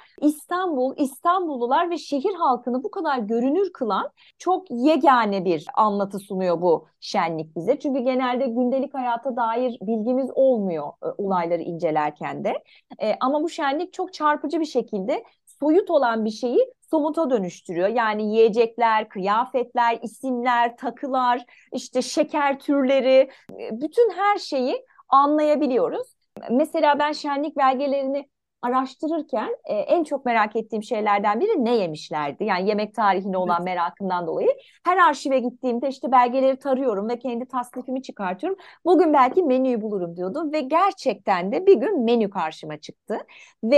İstanbullular ve şehir halkını bu kadar görünür kılan çok yegane bir anlatı sunuyor bu şenlik bize. Çünkü genelde gündelik hayata dair bilgimiz olmuyor olayları incelerken de. Ama bu şenlik çok çarpıcı bir şekilde soyut olan bir şeyi somuta dönüştürüyor. Yani yiyecekler, kıyafetler, isimler, takılar, işte şeker türleri, bütün her şeyi anlayabiliyoruz. Mesela ben şenlik belgelerini araştırırken en çok merak ettiğim şeylerden biri ne yemişlerdi? Yani yemek tarihine olan Evet. merakımdan dolayı her arşive gittiğimde işte belgeleri tarıyorum ve kendi tasnifimi çıkartıyorum. Bugün belki menüyü bulurum diyordum ve gerçekten de bir gün menü karşıma çıktı. Ve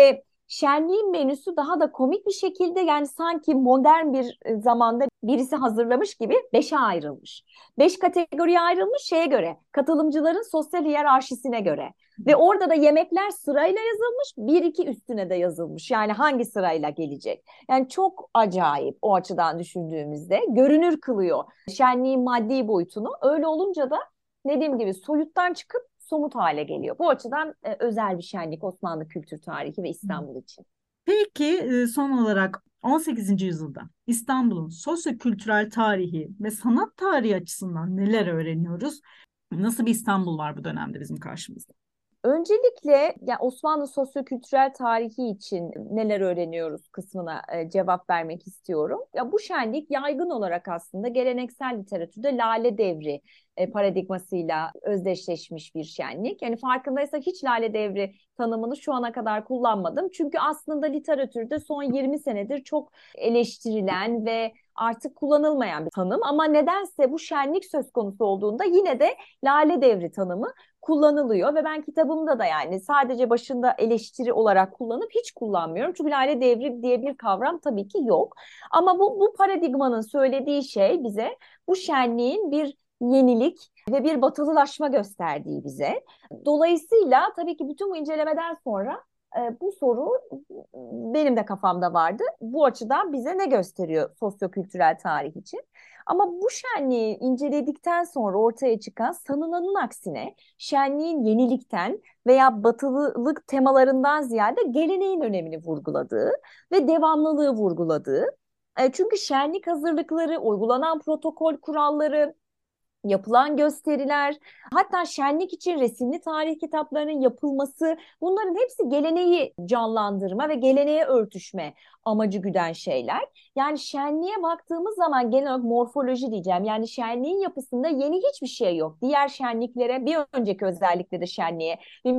Şenliğin menüsü daha da komik bir şekilde, yani sanki modern bir zamanda birisi hazırlamış gibi beşe ayrılmış. Beş kategoriye ayrılmış şeye göre, katılımcıların sosyal hiyerarşisine göre. Ve orada da yemekler sırayla yazılmış, bir iki üstüne de yazılmış. Yani hangi sırayla gelecek? Yani çok acayip o açıdan düşündüğümüzde, görünür kılıyor şenliğin maddi boyutunu. Öyle olunca da dediğim gibi soyuttan çıkıp somut hale geliyor. Bu açıdan özel bir şenlik Osmanlı kültür tarihi ve İstanbul için. Peki son olarak 18. yüzyılda İstanbul'un sosyo-kültürel tarihi ve sanat tarihi açısından neler öğreniyoruz? Nasıl bir İstanbul var bu dönemde bizim karşımızda? Öncelikle yani Osmanlı sosyo-kültürel tarihi için neler öğreniyoruz kısmına cevap vermek istiyorum. Ya bu şenlik yaygın olarak aslında geleneksel literatürde Lale Devri paradigmasıyla özdeşleşmiş bir şenlik. Yani farkındaysak hiç Lale Devri tanımını şu ana kadar kullanmadım. Çünkü aslında literatürde son 20 senedir çok eleştirilen ve artık kullanılmayan bir tanım. Ama nedense bu şenlik söz konusu olduğunda yine de Lale Devri tanımı kullanılıyor ve ben kitabımda da yani sadece başında eleştiri olarak kullanıp hiç kullanmıyorum. Çünkü Lale Devri diye bir kavram tabii ki yok. Ama bu paradigmanın söylediği şey bize bu şenliğin bir yenilik ve bir batılılaşma gösterdiği bize. Dolayısıyla tabii ki bütün bu incelemeden sonra bu soru benim de kafamda vardı. Bu açıdan bize ne gösteriyor sosyokültürel tarih için? Ama bu şenliği inceledikten sonra ortaya çıkan, sanılanın aksine şenliğin yenilikten veya batılılık temalarından ziyade geleneğin önemini vurguladığı ve devamlılığı vurguladığı. Çünkü şenlik hazırlıkları, uygulanan protokol kuralları, yapılan gösteriler, hatta şenlik için resimli tarih kitaplarının yapılması, bunların hepsi geleneği canlandırma ve geleneğe örtüşme amacı güden şeyler. Yani şenliğe baktığımız zaman genel olarak morfoloji diyeceğim. Yani şenliğin yapısında yeni hiçbir şey yok. Diğer şenliklere, bir önceki özellikle de şenliğe,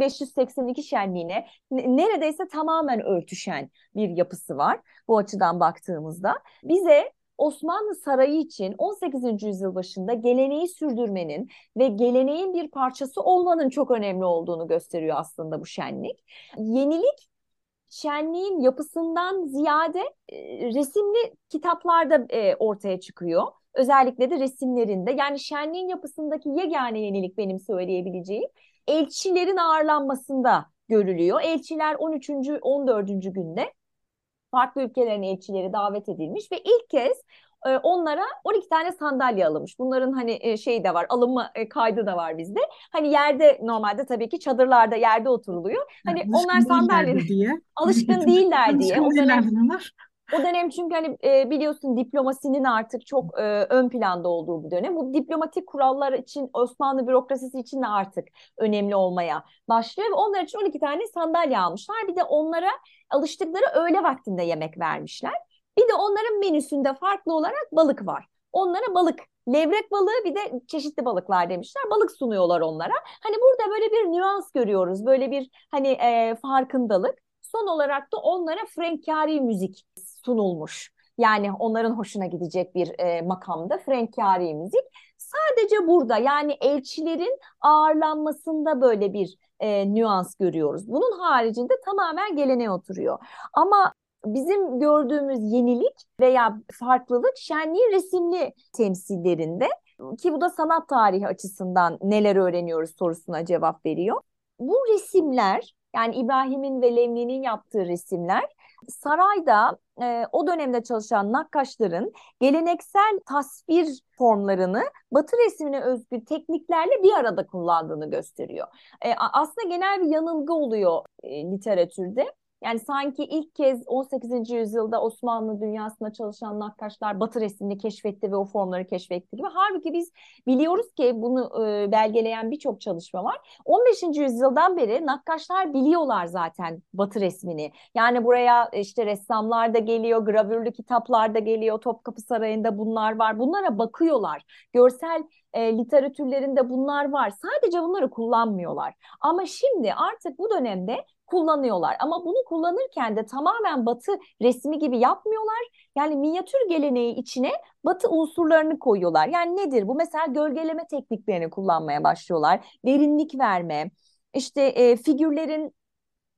1582 şenliğine neredeyse tamamen örtüşen bir yapısı var bu açıdan baktığımızda. Bize Osmanlı Sarayı için 18. yüzyıl başında geleneği sürdürmenin ve geleneğin bir parçası olmanın çok önemli olduğunu gösteriyor aslında bu şenlik. Yenilik şenliğin yapısından ziyade resimli kitaplarda ortaya çıkıyor. Özellikle de resimlerinde. Yani şenliğin yapısındaki yegane yenilik benim söyleyebileceğim elçilerin ağırlanmasında görülüyor. Elçiler 13. 14. günde farklı ülkelerin elçileri davet edilmiş ve ilk kez onlara 12 tane sandalye alınmış. Bunların hani şeyi de var, alınma kaydı da var bizde. Hani yerde normalde tabii ki çadırlarda yerde oturuluyor. Yani Hani onlar alışkın sandalye değillerdir diye. alışkın değiller diye. Alışkın değillerdir onlar. O dönem çünkü hani biliyorsun diplomasinin artık çok ön planda olduğu bir dönem. Bu diplomatik kurallar için, Osmanlı bürokrasisi için de artık önemli olmaya başlıyor ve onlar için 12 tane sandalye almışlar. Bir de onlara alıştıkları öğle vaktinde yemek vermişler. Bir de onların menüsünde farklı olarak balık var. Onlara balık, levrek balığı, bir de çeşitli balıklar demişler. Balık sunuyorlar onlara. Hani burada böyle bir nüans görüyoruz. Böyle bir hani farkındalık. Son olarak da onlara Frenkari müzik sunulmuş. Yani onların hoşuna gidecek bir makamda Frenkari müzik. Sadece burada, yani elçilerin ağırlanmasında böyle bir nüans görüyoruz. Bunun haricinde tamamen geleneğe oturuyor. Ama bizim gördüğümüz yenilik veya farklılık şenliğin resimli temsillerinde, ki bu da sanat tarihi açısından neler öğreniyoruz sorusuna cevap veriyor. Bu resimler, yani İbrahim'in ve Levni'nin yaptığı resimler, sarayda o dönemde çalışan nakkaşların geleneksel tasvir formlarını Batı resmine özgü tekniklerle bir arada kullandığını gösteriyor. Aslında genel bir yanılgı oluyor literatürde. Yani sanki ilk kez 18. yüzyılda Osmanlı dünyasında çalışan nakkaşlar Batı resmini keşfetti ve o formları keşfetti gibi. Halbuki biz biliyoruz ki bunu belgeleyen birçok çalışma var. 15. yüzyıldan beri nakkaşlar biliyorlar zaten Batı resmini. Yani buraya işte ressamlar da geliyor, gravürlü kitaplar da geliyor. Topkapı Sarayı'nda bunlar var. Bunlara bakıyorlar. Görsel literatürlerinde bunlar var. Sadece bunları kullanmıyorlar. Ama şimdi artık bu dönemde kullanıyorlar. Ama bunu kullanırken de tamamen Batı resmi gibi yapmıyorlar. Yani minyatür geleneği içine Batı unsurlarını koyuyorlar. Yani nedir bu? Mesela gölgeleme tekniklerini kullanmaya başlıyorlar. Derinlik verme, işte figürlerin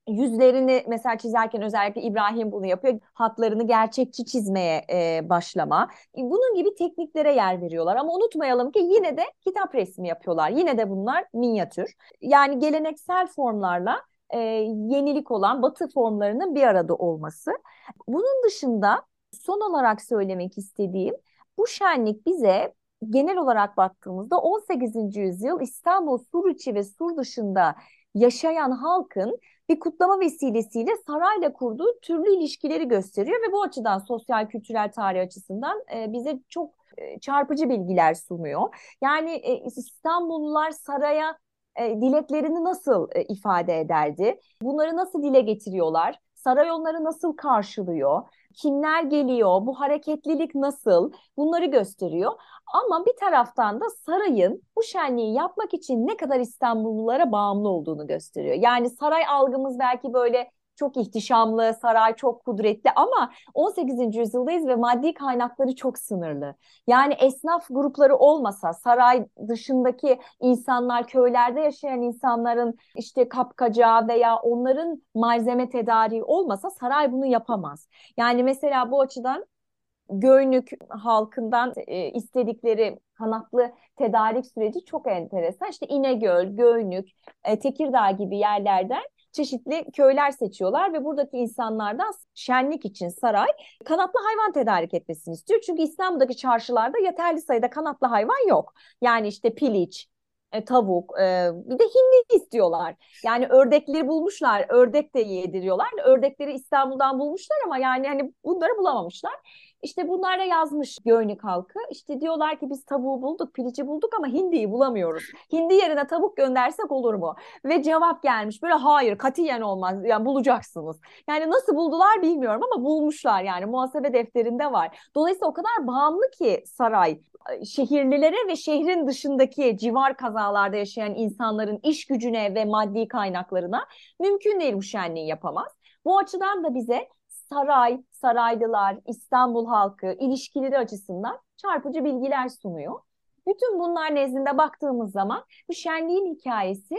yüzlerini mesela çizerken özellikle İbrahim bunu yapıyor. Hatlarını gerçekçi çizmeye başlama. Bunun gibi tekniklere yer veriyorlar. Ama unutmayalım ki yine de kitap resmi yapıyorlar. Yine de bunlar minyatür. Yani geleneksel formlarla yenilik olan Batı formlarının bir arada olması. Bunun dışında son olarak söylemek istediğim, bu şenlik bize genel olarak baktığımızda 18. yüzyıl İstanbul, Suriçi ve Sur dışında yaşayan halkın bir kutlama vesilesiyle sarayla kurduğu türlü ilişkileri gösteriyor ve bu açıdan sosyal kültürel tarih açısından bize çok çarpıcı bilgiler sunuyor. Yani İstanbullular saraya dileklerini nasıl ifade ederdi? Bunları nasıl dile getiriyorlar? Saray onları nasıl karşılıyor? Kimler geliyor? Bu hareketlilik nasıl? Bunları gösteriyor. Ama bir taraftan da sarayın bu şenliği yapmak için ne kadar İstanbullulara bağımlı olduğunu gösteriyor. Yani saray algımız belki böyle çok ihtişamlı, saray çok kudretli ama 18. yüzyıldayız ve maddi kaynakları çok sınırlı. Yani esnaf grupları olmasa, saray dışındaki insanlar, köylerde yaşayan insanların işte kapkacağı veya onların malzeme tedariği olmasa saray bunu yapamaz. Yani mesela bu açıdan Göynük halkından istedikleri kanatlı tedarik süreci çok enteresan. İşte İnegöl, Göynük, Tekirdağ gibi yerlerden çeşitli köyler seçiyorlar ve buradaki insanlardan şenlik için saray kanatlı hayvan tedarik etmesini istiyor. Çünkü İstanbul'daki çarşılarda yeterli sayıda kanatlı hayvan yok. Yani işte piliç, tavuk, bir de hindi istiyorlar. Yani ördekleri bulmuşlar, ördek de yediriyorlar. Ördekleri İstanbul'dan bulmuşlar ama yani hani bunları bulamamışlar. İşte bunlar da yazmış Göynük halkı. İşte diyorlar ki biz tavuğu bulduk, pilici bulduk ama hindiyi bulamıyoruz. Hindi yerine tavuk göndersek olur mu? Ve cevap gelmiş böyle hayır katiyen olmaz. Yani bulacaksınız. Yani nasıl buldular bilmiyorum ama bulmuşlar yani muhasebe defterinde var. Dolayısıyla o kadar bağımlı ki saray şehirlilere ve şehrin dışındaki civar kazalarda yaşayan insanların iş gücüne ve maddi kaynaklarına mümkün değil bu şenliği yapamaz. Bu açıdan da bize saray, saraylılar, İstanbul halkı ilişkileri açısından çarpıcı bilgiler sunuyor. Bütün bunlar nezdinde baktığımız zaman bu şenliğin hikayesi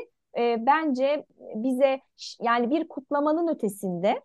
bence bize yani bir kutlamanın ötesinde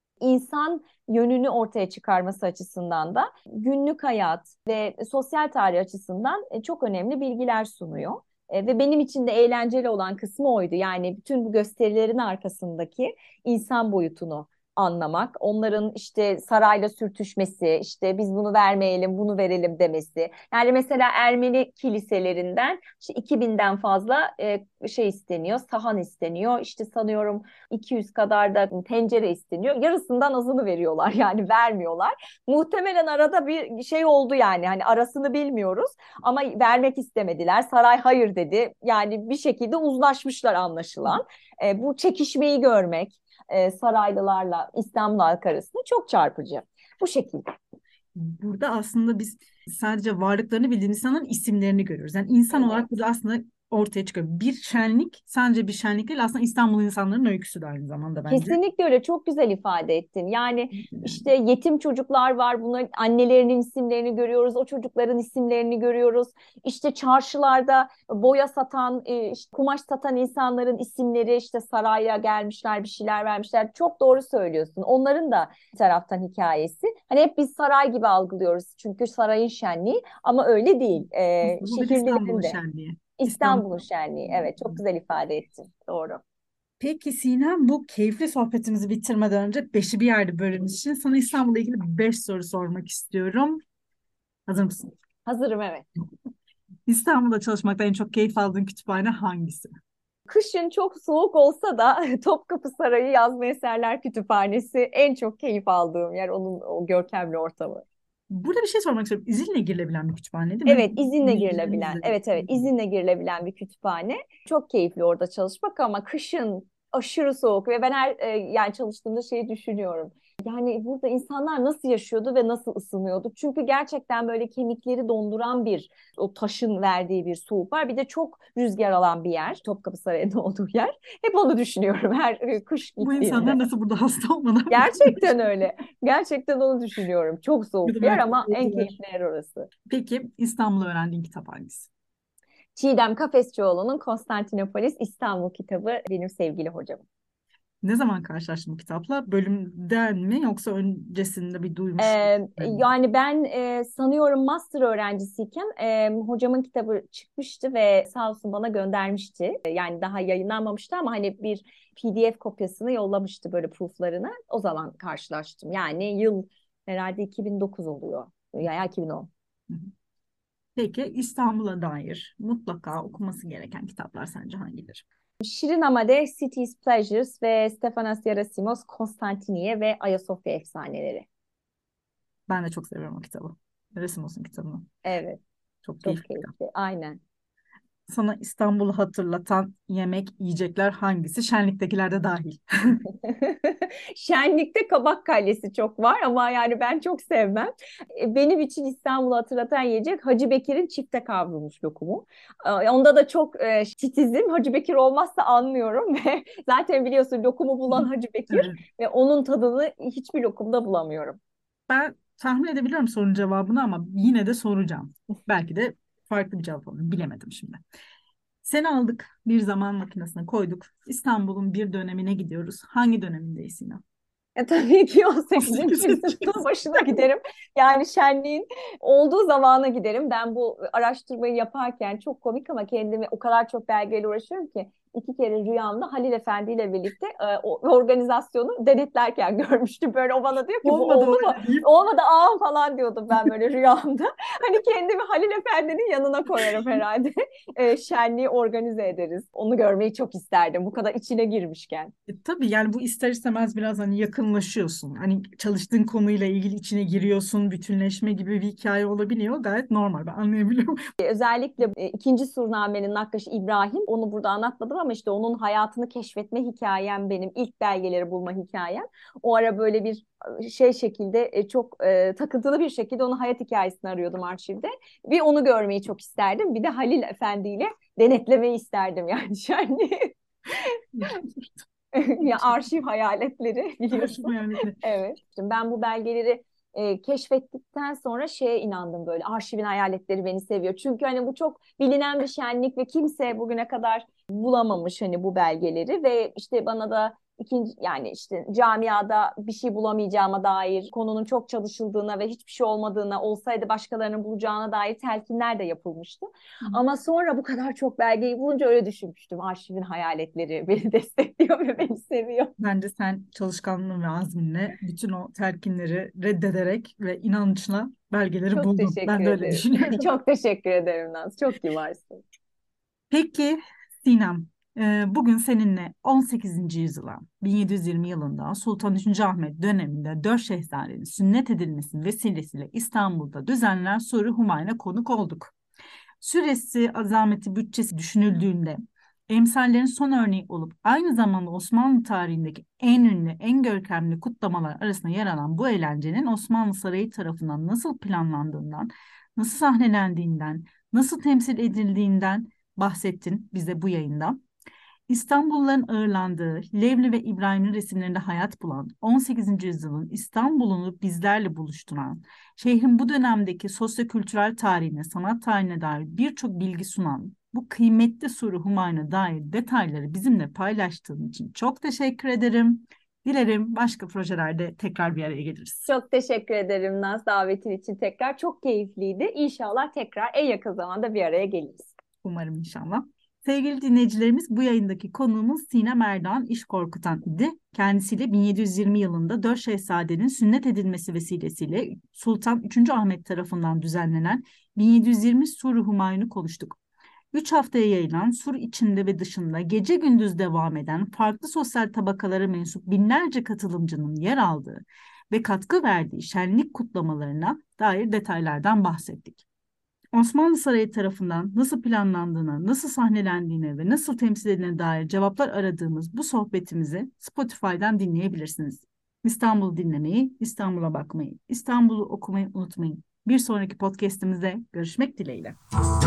insan yönünü ortaya çıkarması açısından da günlük hayat ve sosyal tarih açısından çok önemli bilgiler sunuyor. Ve benim için de eğlenceli olan kısmı oydu. Yani bütün bu gösterilerin arkasındaki insan boyutunu anlamak, onların işte sarayla sürtüşmesi, işte biz bunu vermeyelim, bunu verelim demesi. Yani mesela Ermeni kiliselerinden işte 2000'den fazla şey isteniyor, sahan isteniyor. İşte sanıyorum 200 kadar da tencere isteniyor. Yarısından azını veriyorlar yani vermiyorlar. Muhtemelen arada bir şey oldu yani hani arasını bilmiyoruz ama vermek istemediler. Saray hayır dedi. Yani bir şekilde uzlaşmışlar anlaşılan. Bu çekişmeyi görmek saraylılarla İstanbul halkı arasında çok çarpıcı. Bu şekilde. Burada aslında biz sadece varlıklarını bildiğimiz insanların isimlerini görüyoruz. Yani insan olarak Evet. burada aslında ortaya çıkıyor. Bir şenlik sadece bir şenlik değil, aslında İstanbul insanların öyküsü de aynı zamanda bence. Kesinlikle öyle. Çok güzel ifade ettin. Yani işte yetim çocuklar var. Bunların annelerinin isimlerini görüyoruz. O çocukların isimlerini görüyoruz. İşte çarşılarda boya satan, işte kumaş satan insanların isimleri işte saraya gelmişler, bir şeyler vermişler. Çok doğru söylüyorsun. Onların da bir taraftan hikayesi. Hani hep biz saray gibi algılıyoruz. Çünkü sarayın şenliği ama öyle değil. Aslında bu bir İstanbul'un Şehirlilerin de. şenliği. İstanbul'un İstanbul. şenliği. Evet, çok güzel ifade ettin. Doğru. Peki Sinem, bu keyifli sohbetimizi bitirmeden önce beşi bir yerde bölümümüz için sana İstanbul'la ilgili 5 soru sormak istiyorum. Hazır mısın? Hazırım, evet. İstanbul'da çalışmakta en çok keyif aldığın kütüphane hangisi? Kışın çok soğuk olsa da Topkapı Sarayı Yazma Eserler Kütüphanesi en çok keyif aldığım yer onun o görkemli ortamı. Burada bir şey sormak istiyorum. İzinle girilebilen bir kütüphane değil mi? Evet, izinle girilebilen, Dinleyicilerimizle. evet izinle girilebilen bir kütüphane. Çok keyifli orada çalışmak ama kışın aşırı soğuk ve ben yani çalıştığımda şeyi düşünüyorum. Yani burada insanlar nasıl yaşıyordu ve nasıl ısınıyordu? Çünkü gerçekten böyle kemikleri donduran bir o taşın verdiği bir soğuk var. Bir de çok rüzgar alan bir yer. Topkapı Sarayı'nın olduğu yer. Hep onu düşünüyorum her kış Bu insanlar gittiğimde. nasıl burada hasta olmadan bu kadar Gerçekten öyle. Gerçekten onu düşünüyorum. Çok soğuk bir yer belki ama en olabilir. keyifli yer orası. Peki İstanbul'u öğrendiğin kitap hangisi? Çiğdem Kafesçioğlu'nun Konstantinopolis İstanbul kitabı benim sevgili hocam. Ne zaman karşılaştın bu kitapla? Bölümden mi yoksa öncesinde bir duymuş muydun? Yani ben sanıyorum master öğrencisiyken hocamın kitabı çıkmıştı ve sağ olsun bana göndermişti. Yani daha yayınlanmamıştı ama hani bir PDF kopyasını yollamıştı böyle prooflarını. O zaman karşılaştım. Yani yıl herhalde 2009 oluyor. Ya 2010. Hı hı. Peki İstanbul'a dair mutlaka okuması gereken kitaplar sence hangileri? Şirin Amade, Cities Pleasures ve Stefanos Yerasimos, Konstantiniye ve Ayasofya Efsaneleri. Ben de çok seviyorum o kitabı. Resimos'un kitabını. Evet, Çok çok keyifli bir kitap. keyifli. Aynen. Sana İstanbul'u hatırlatan yemek, yiyecekler hangisi? Şenliktekiler de dahil. Şenlikte Kabak Kallesi çok var ama yani ben çok sevmem. Benim için İstanbul'u hatırlatan yiyecek Hacı Bekir'in çifte kavrulmuş lokumu. Onda da çok titizim. Hacı Bekir olmazsa anlıyorum ve zaten biliyorsun lokumu bulan Hacı Bekir Evet. ve onun tadını hiçbir lokumda bulamıyorum. Ben tahmin edebiliyorum sorunun cevabını ama yine de soracağım. Belki de farklı bir cevap olur. Bilemedim şimdi. Seni aldık, bir zaman makinesine koyduk. İstanbul'un bir dönemine gidiyoruz. Hangi dönemindeyiz yine? Tabii ki 18. 18. yüzyılın başına giderim. Yani şenliğin olduğu zamana giderim. Ben bu araştırmayı yaparken çok komik ama kendimi o kadar çok belgeyle uğraşıyorum ki iki kere rüyamda Halil Efendi ile birlikte o organizasyonu denetlerken görmüştüm. Böyle o bana diyor ki bu Olmadı oldu mu? öyle deyip. Olmadı ağam falan diyordum ben böyle rüyamda. Hani kendimi Halil Efendi'nin yanına koyarım herhalde. Şenliği organize ederiz. Onu görmeyi çok isterdim bu kadar içine girmişken. Tabii yani bu ister istemez biraz hani yakınlaşıyorsun. Hani çalıştığın konuyla ilgili içine giriyorsun. Bütünleşme gibi bir hikaye olabiliyor. Gayet normal. Ben anlayabiliyorum. Özellikle ikinci Surnamenin nakkaşı İbrahim, onu burada anlatmadım ama işte onun hayatını keşfetme hikayem benim, ilk belgeleri bulma hikayem. O ara böyle bir şekilde çok takıntılı bir şekilde onun hayat hikayesini arıyordum arşivde. Bir onu görmeyi çok isterdim. Bir de Halil Efendi ile denetlemeyi isterdim yani şenliği. Ya arşiv hayaletleri Karşıma biliyorsun. yani. Evet. Şimdi ben bu belgeleri keşfettikten sonra şeye inandım böyle. Arşivin hayaletleri beni seviyor. Çünkü hani bu çok bilinen bir şenlik ve kimse bugüne kadar bulamamış hani bu belgeleri ve işte bana da ikinci yani işte camiada bir şey bulamayacağıma dair konunun çok çalışıldığına ve hiçbir şey olmadığına olsaydı başkalarının bulacağına dair telkinler de yapılmıştı. Ama sonra bu kadar çok belgeyi bulunca öyle düşünmüştüm. Arşivin hayaletleri beni destekliyor ve beni seviyor. Bence sen çalışkanlığın ve azminle bütün o telkinleri reddederek ve inançla belgeleri Çok buldun. Ben teşekkür de öyle ederim. düşünüyorum. Çok teşekkür ederim Naz. Çok kibarsın. Peki Sinem, bugün seninle 18. yüzyıla 1720 yılında Sultan II. Ahmet döneminde dört şehzadenin sünnet edilmesi vesilesiyle İstanbul'da düzenlenen Sur-i Humayun'a konuk olduk. Süresi, azameti, bütçesi düşünüldüğünde emsallerin son örneği olup aynı zamanda Osmanlı tarihindeki en ünlü, en görkemli kutlamalar arasında yer alan bu eğlencenin Osmanlı Sarayı tarafından nasıl planlandığından, nasıl sahnelendiğinden, nasıl temsil edildiğinden bahsettin bize bu yayında. İstanbulluların ağırlandığı, Levni ve İbrahim'in resimlerinde hayat bulan, 18. yüzyılın İstanbul'unu bizlerle buluşturan, şehrin bu dönemdeki sosyokültürel tarihine, sanat tarihine dair birçok bilgi sunan, bu kıymetli Sur-i Humayun'a dair detayları bizimle paylaştığın için çok teşekkür ederim. Dilerim başka projelerde tekrar bir araya geliriz. Çok teşekkür ederim Naz davetin için tekrar. Çok keyifliydi. İnşallah tekrar en yakın zamanda bir araya geliriz. Umarım inşallah. Sevgili dinleyicilerimiz, bu yayındaki konuğumuz Sinem Erdoğan İş Korkutan idi. Kendisiyle 1720 yılında dört şehzadenin sünnet edilmesi vesilesiyle Sultan III. Ahmet tarafından düzenlenen 1720 Sur-i Humayun'u konuştuk. 3 haftaya yayılan, Sur içinde ve dışında gece gündüz devam eden farklı sosyal tabakalara mensup binlerce katılımcının yer aldığı ve katkı verdiği şenlik kutlamalarına dair detaylardan bahsettik. Osmanlı Sarayı tarafından nasıl planlandığına, nasıl sahnelendiğine ve nasıl temsil edildiğine dair cevaplar aradığımız bu sohbetimizi Spotify'dan dinleyebilirsiniz. İstanbul'u dinlemeyi, İstanbul'a bakmayı, İstanbul'u okumayı unutmayın. Bir sonraki podcast'imizde görüşmek dileğiyle.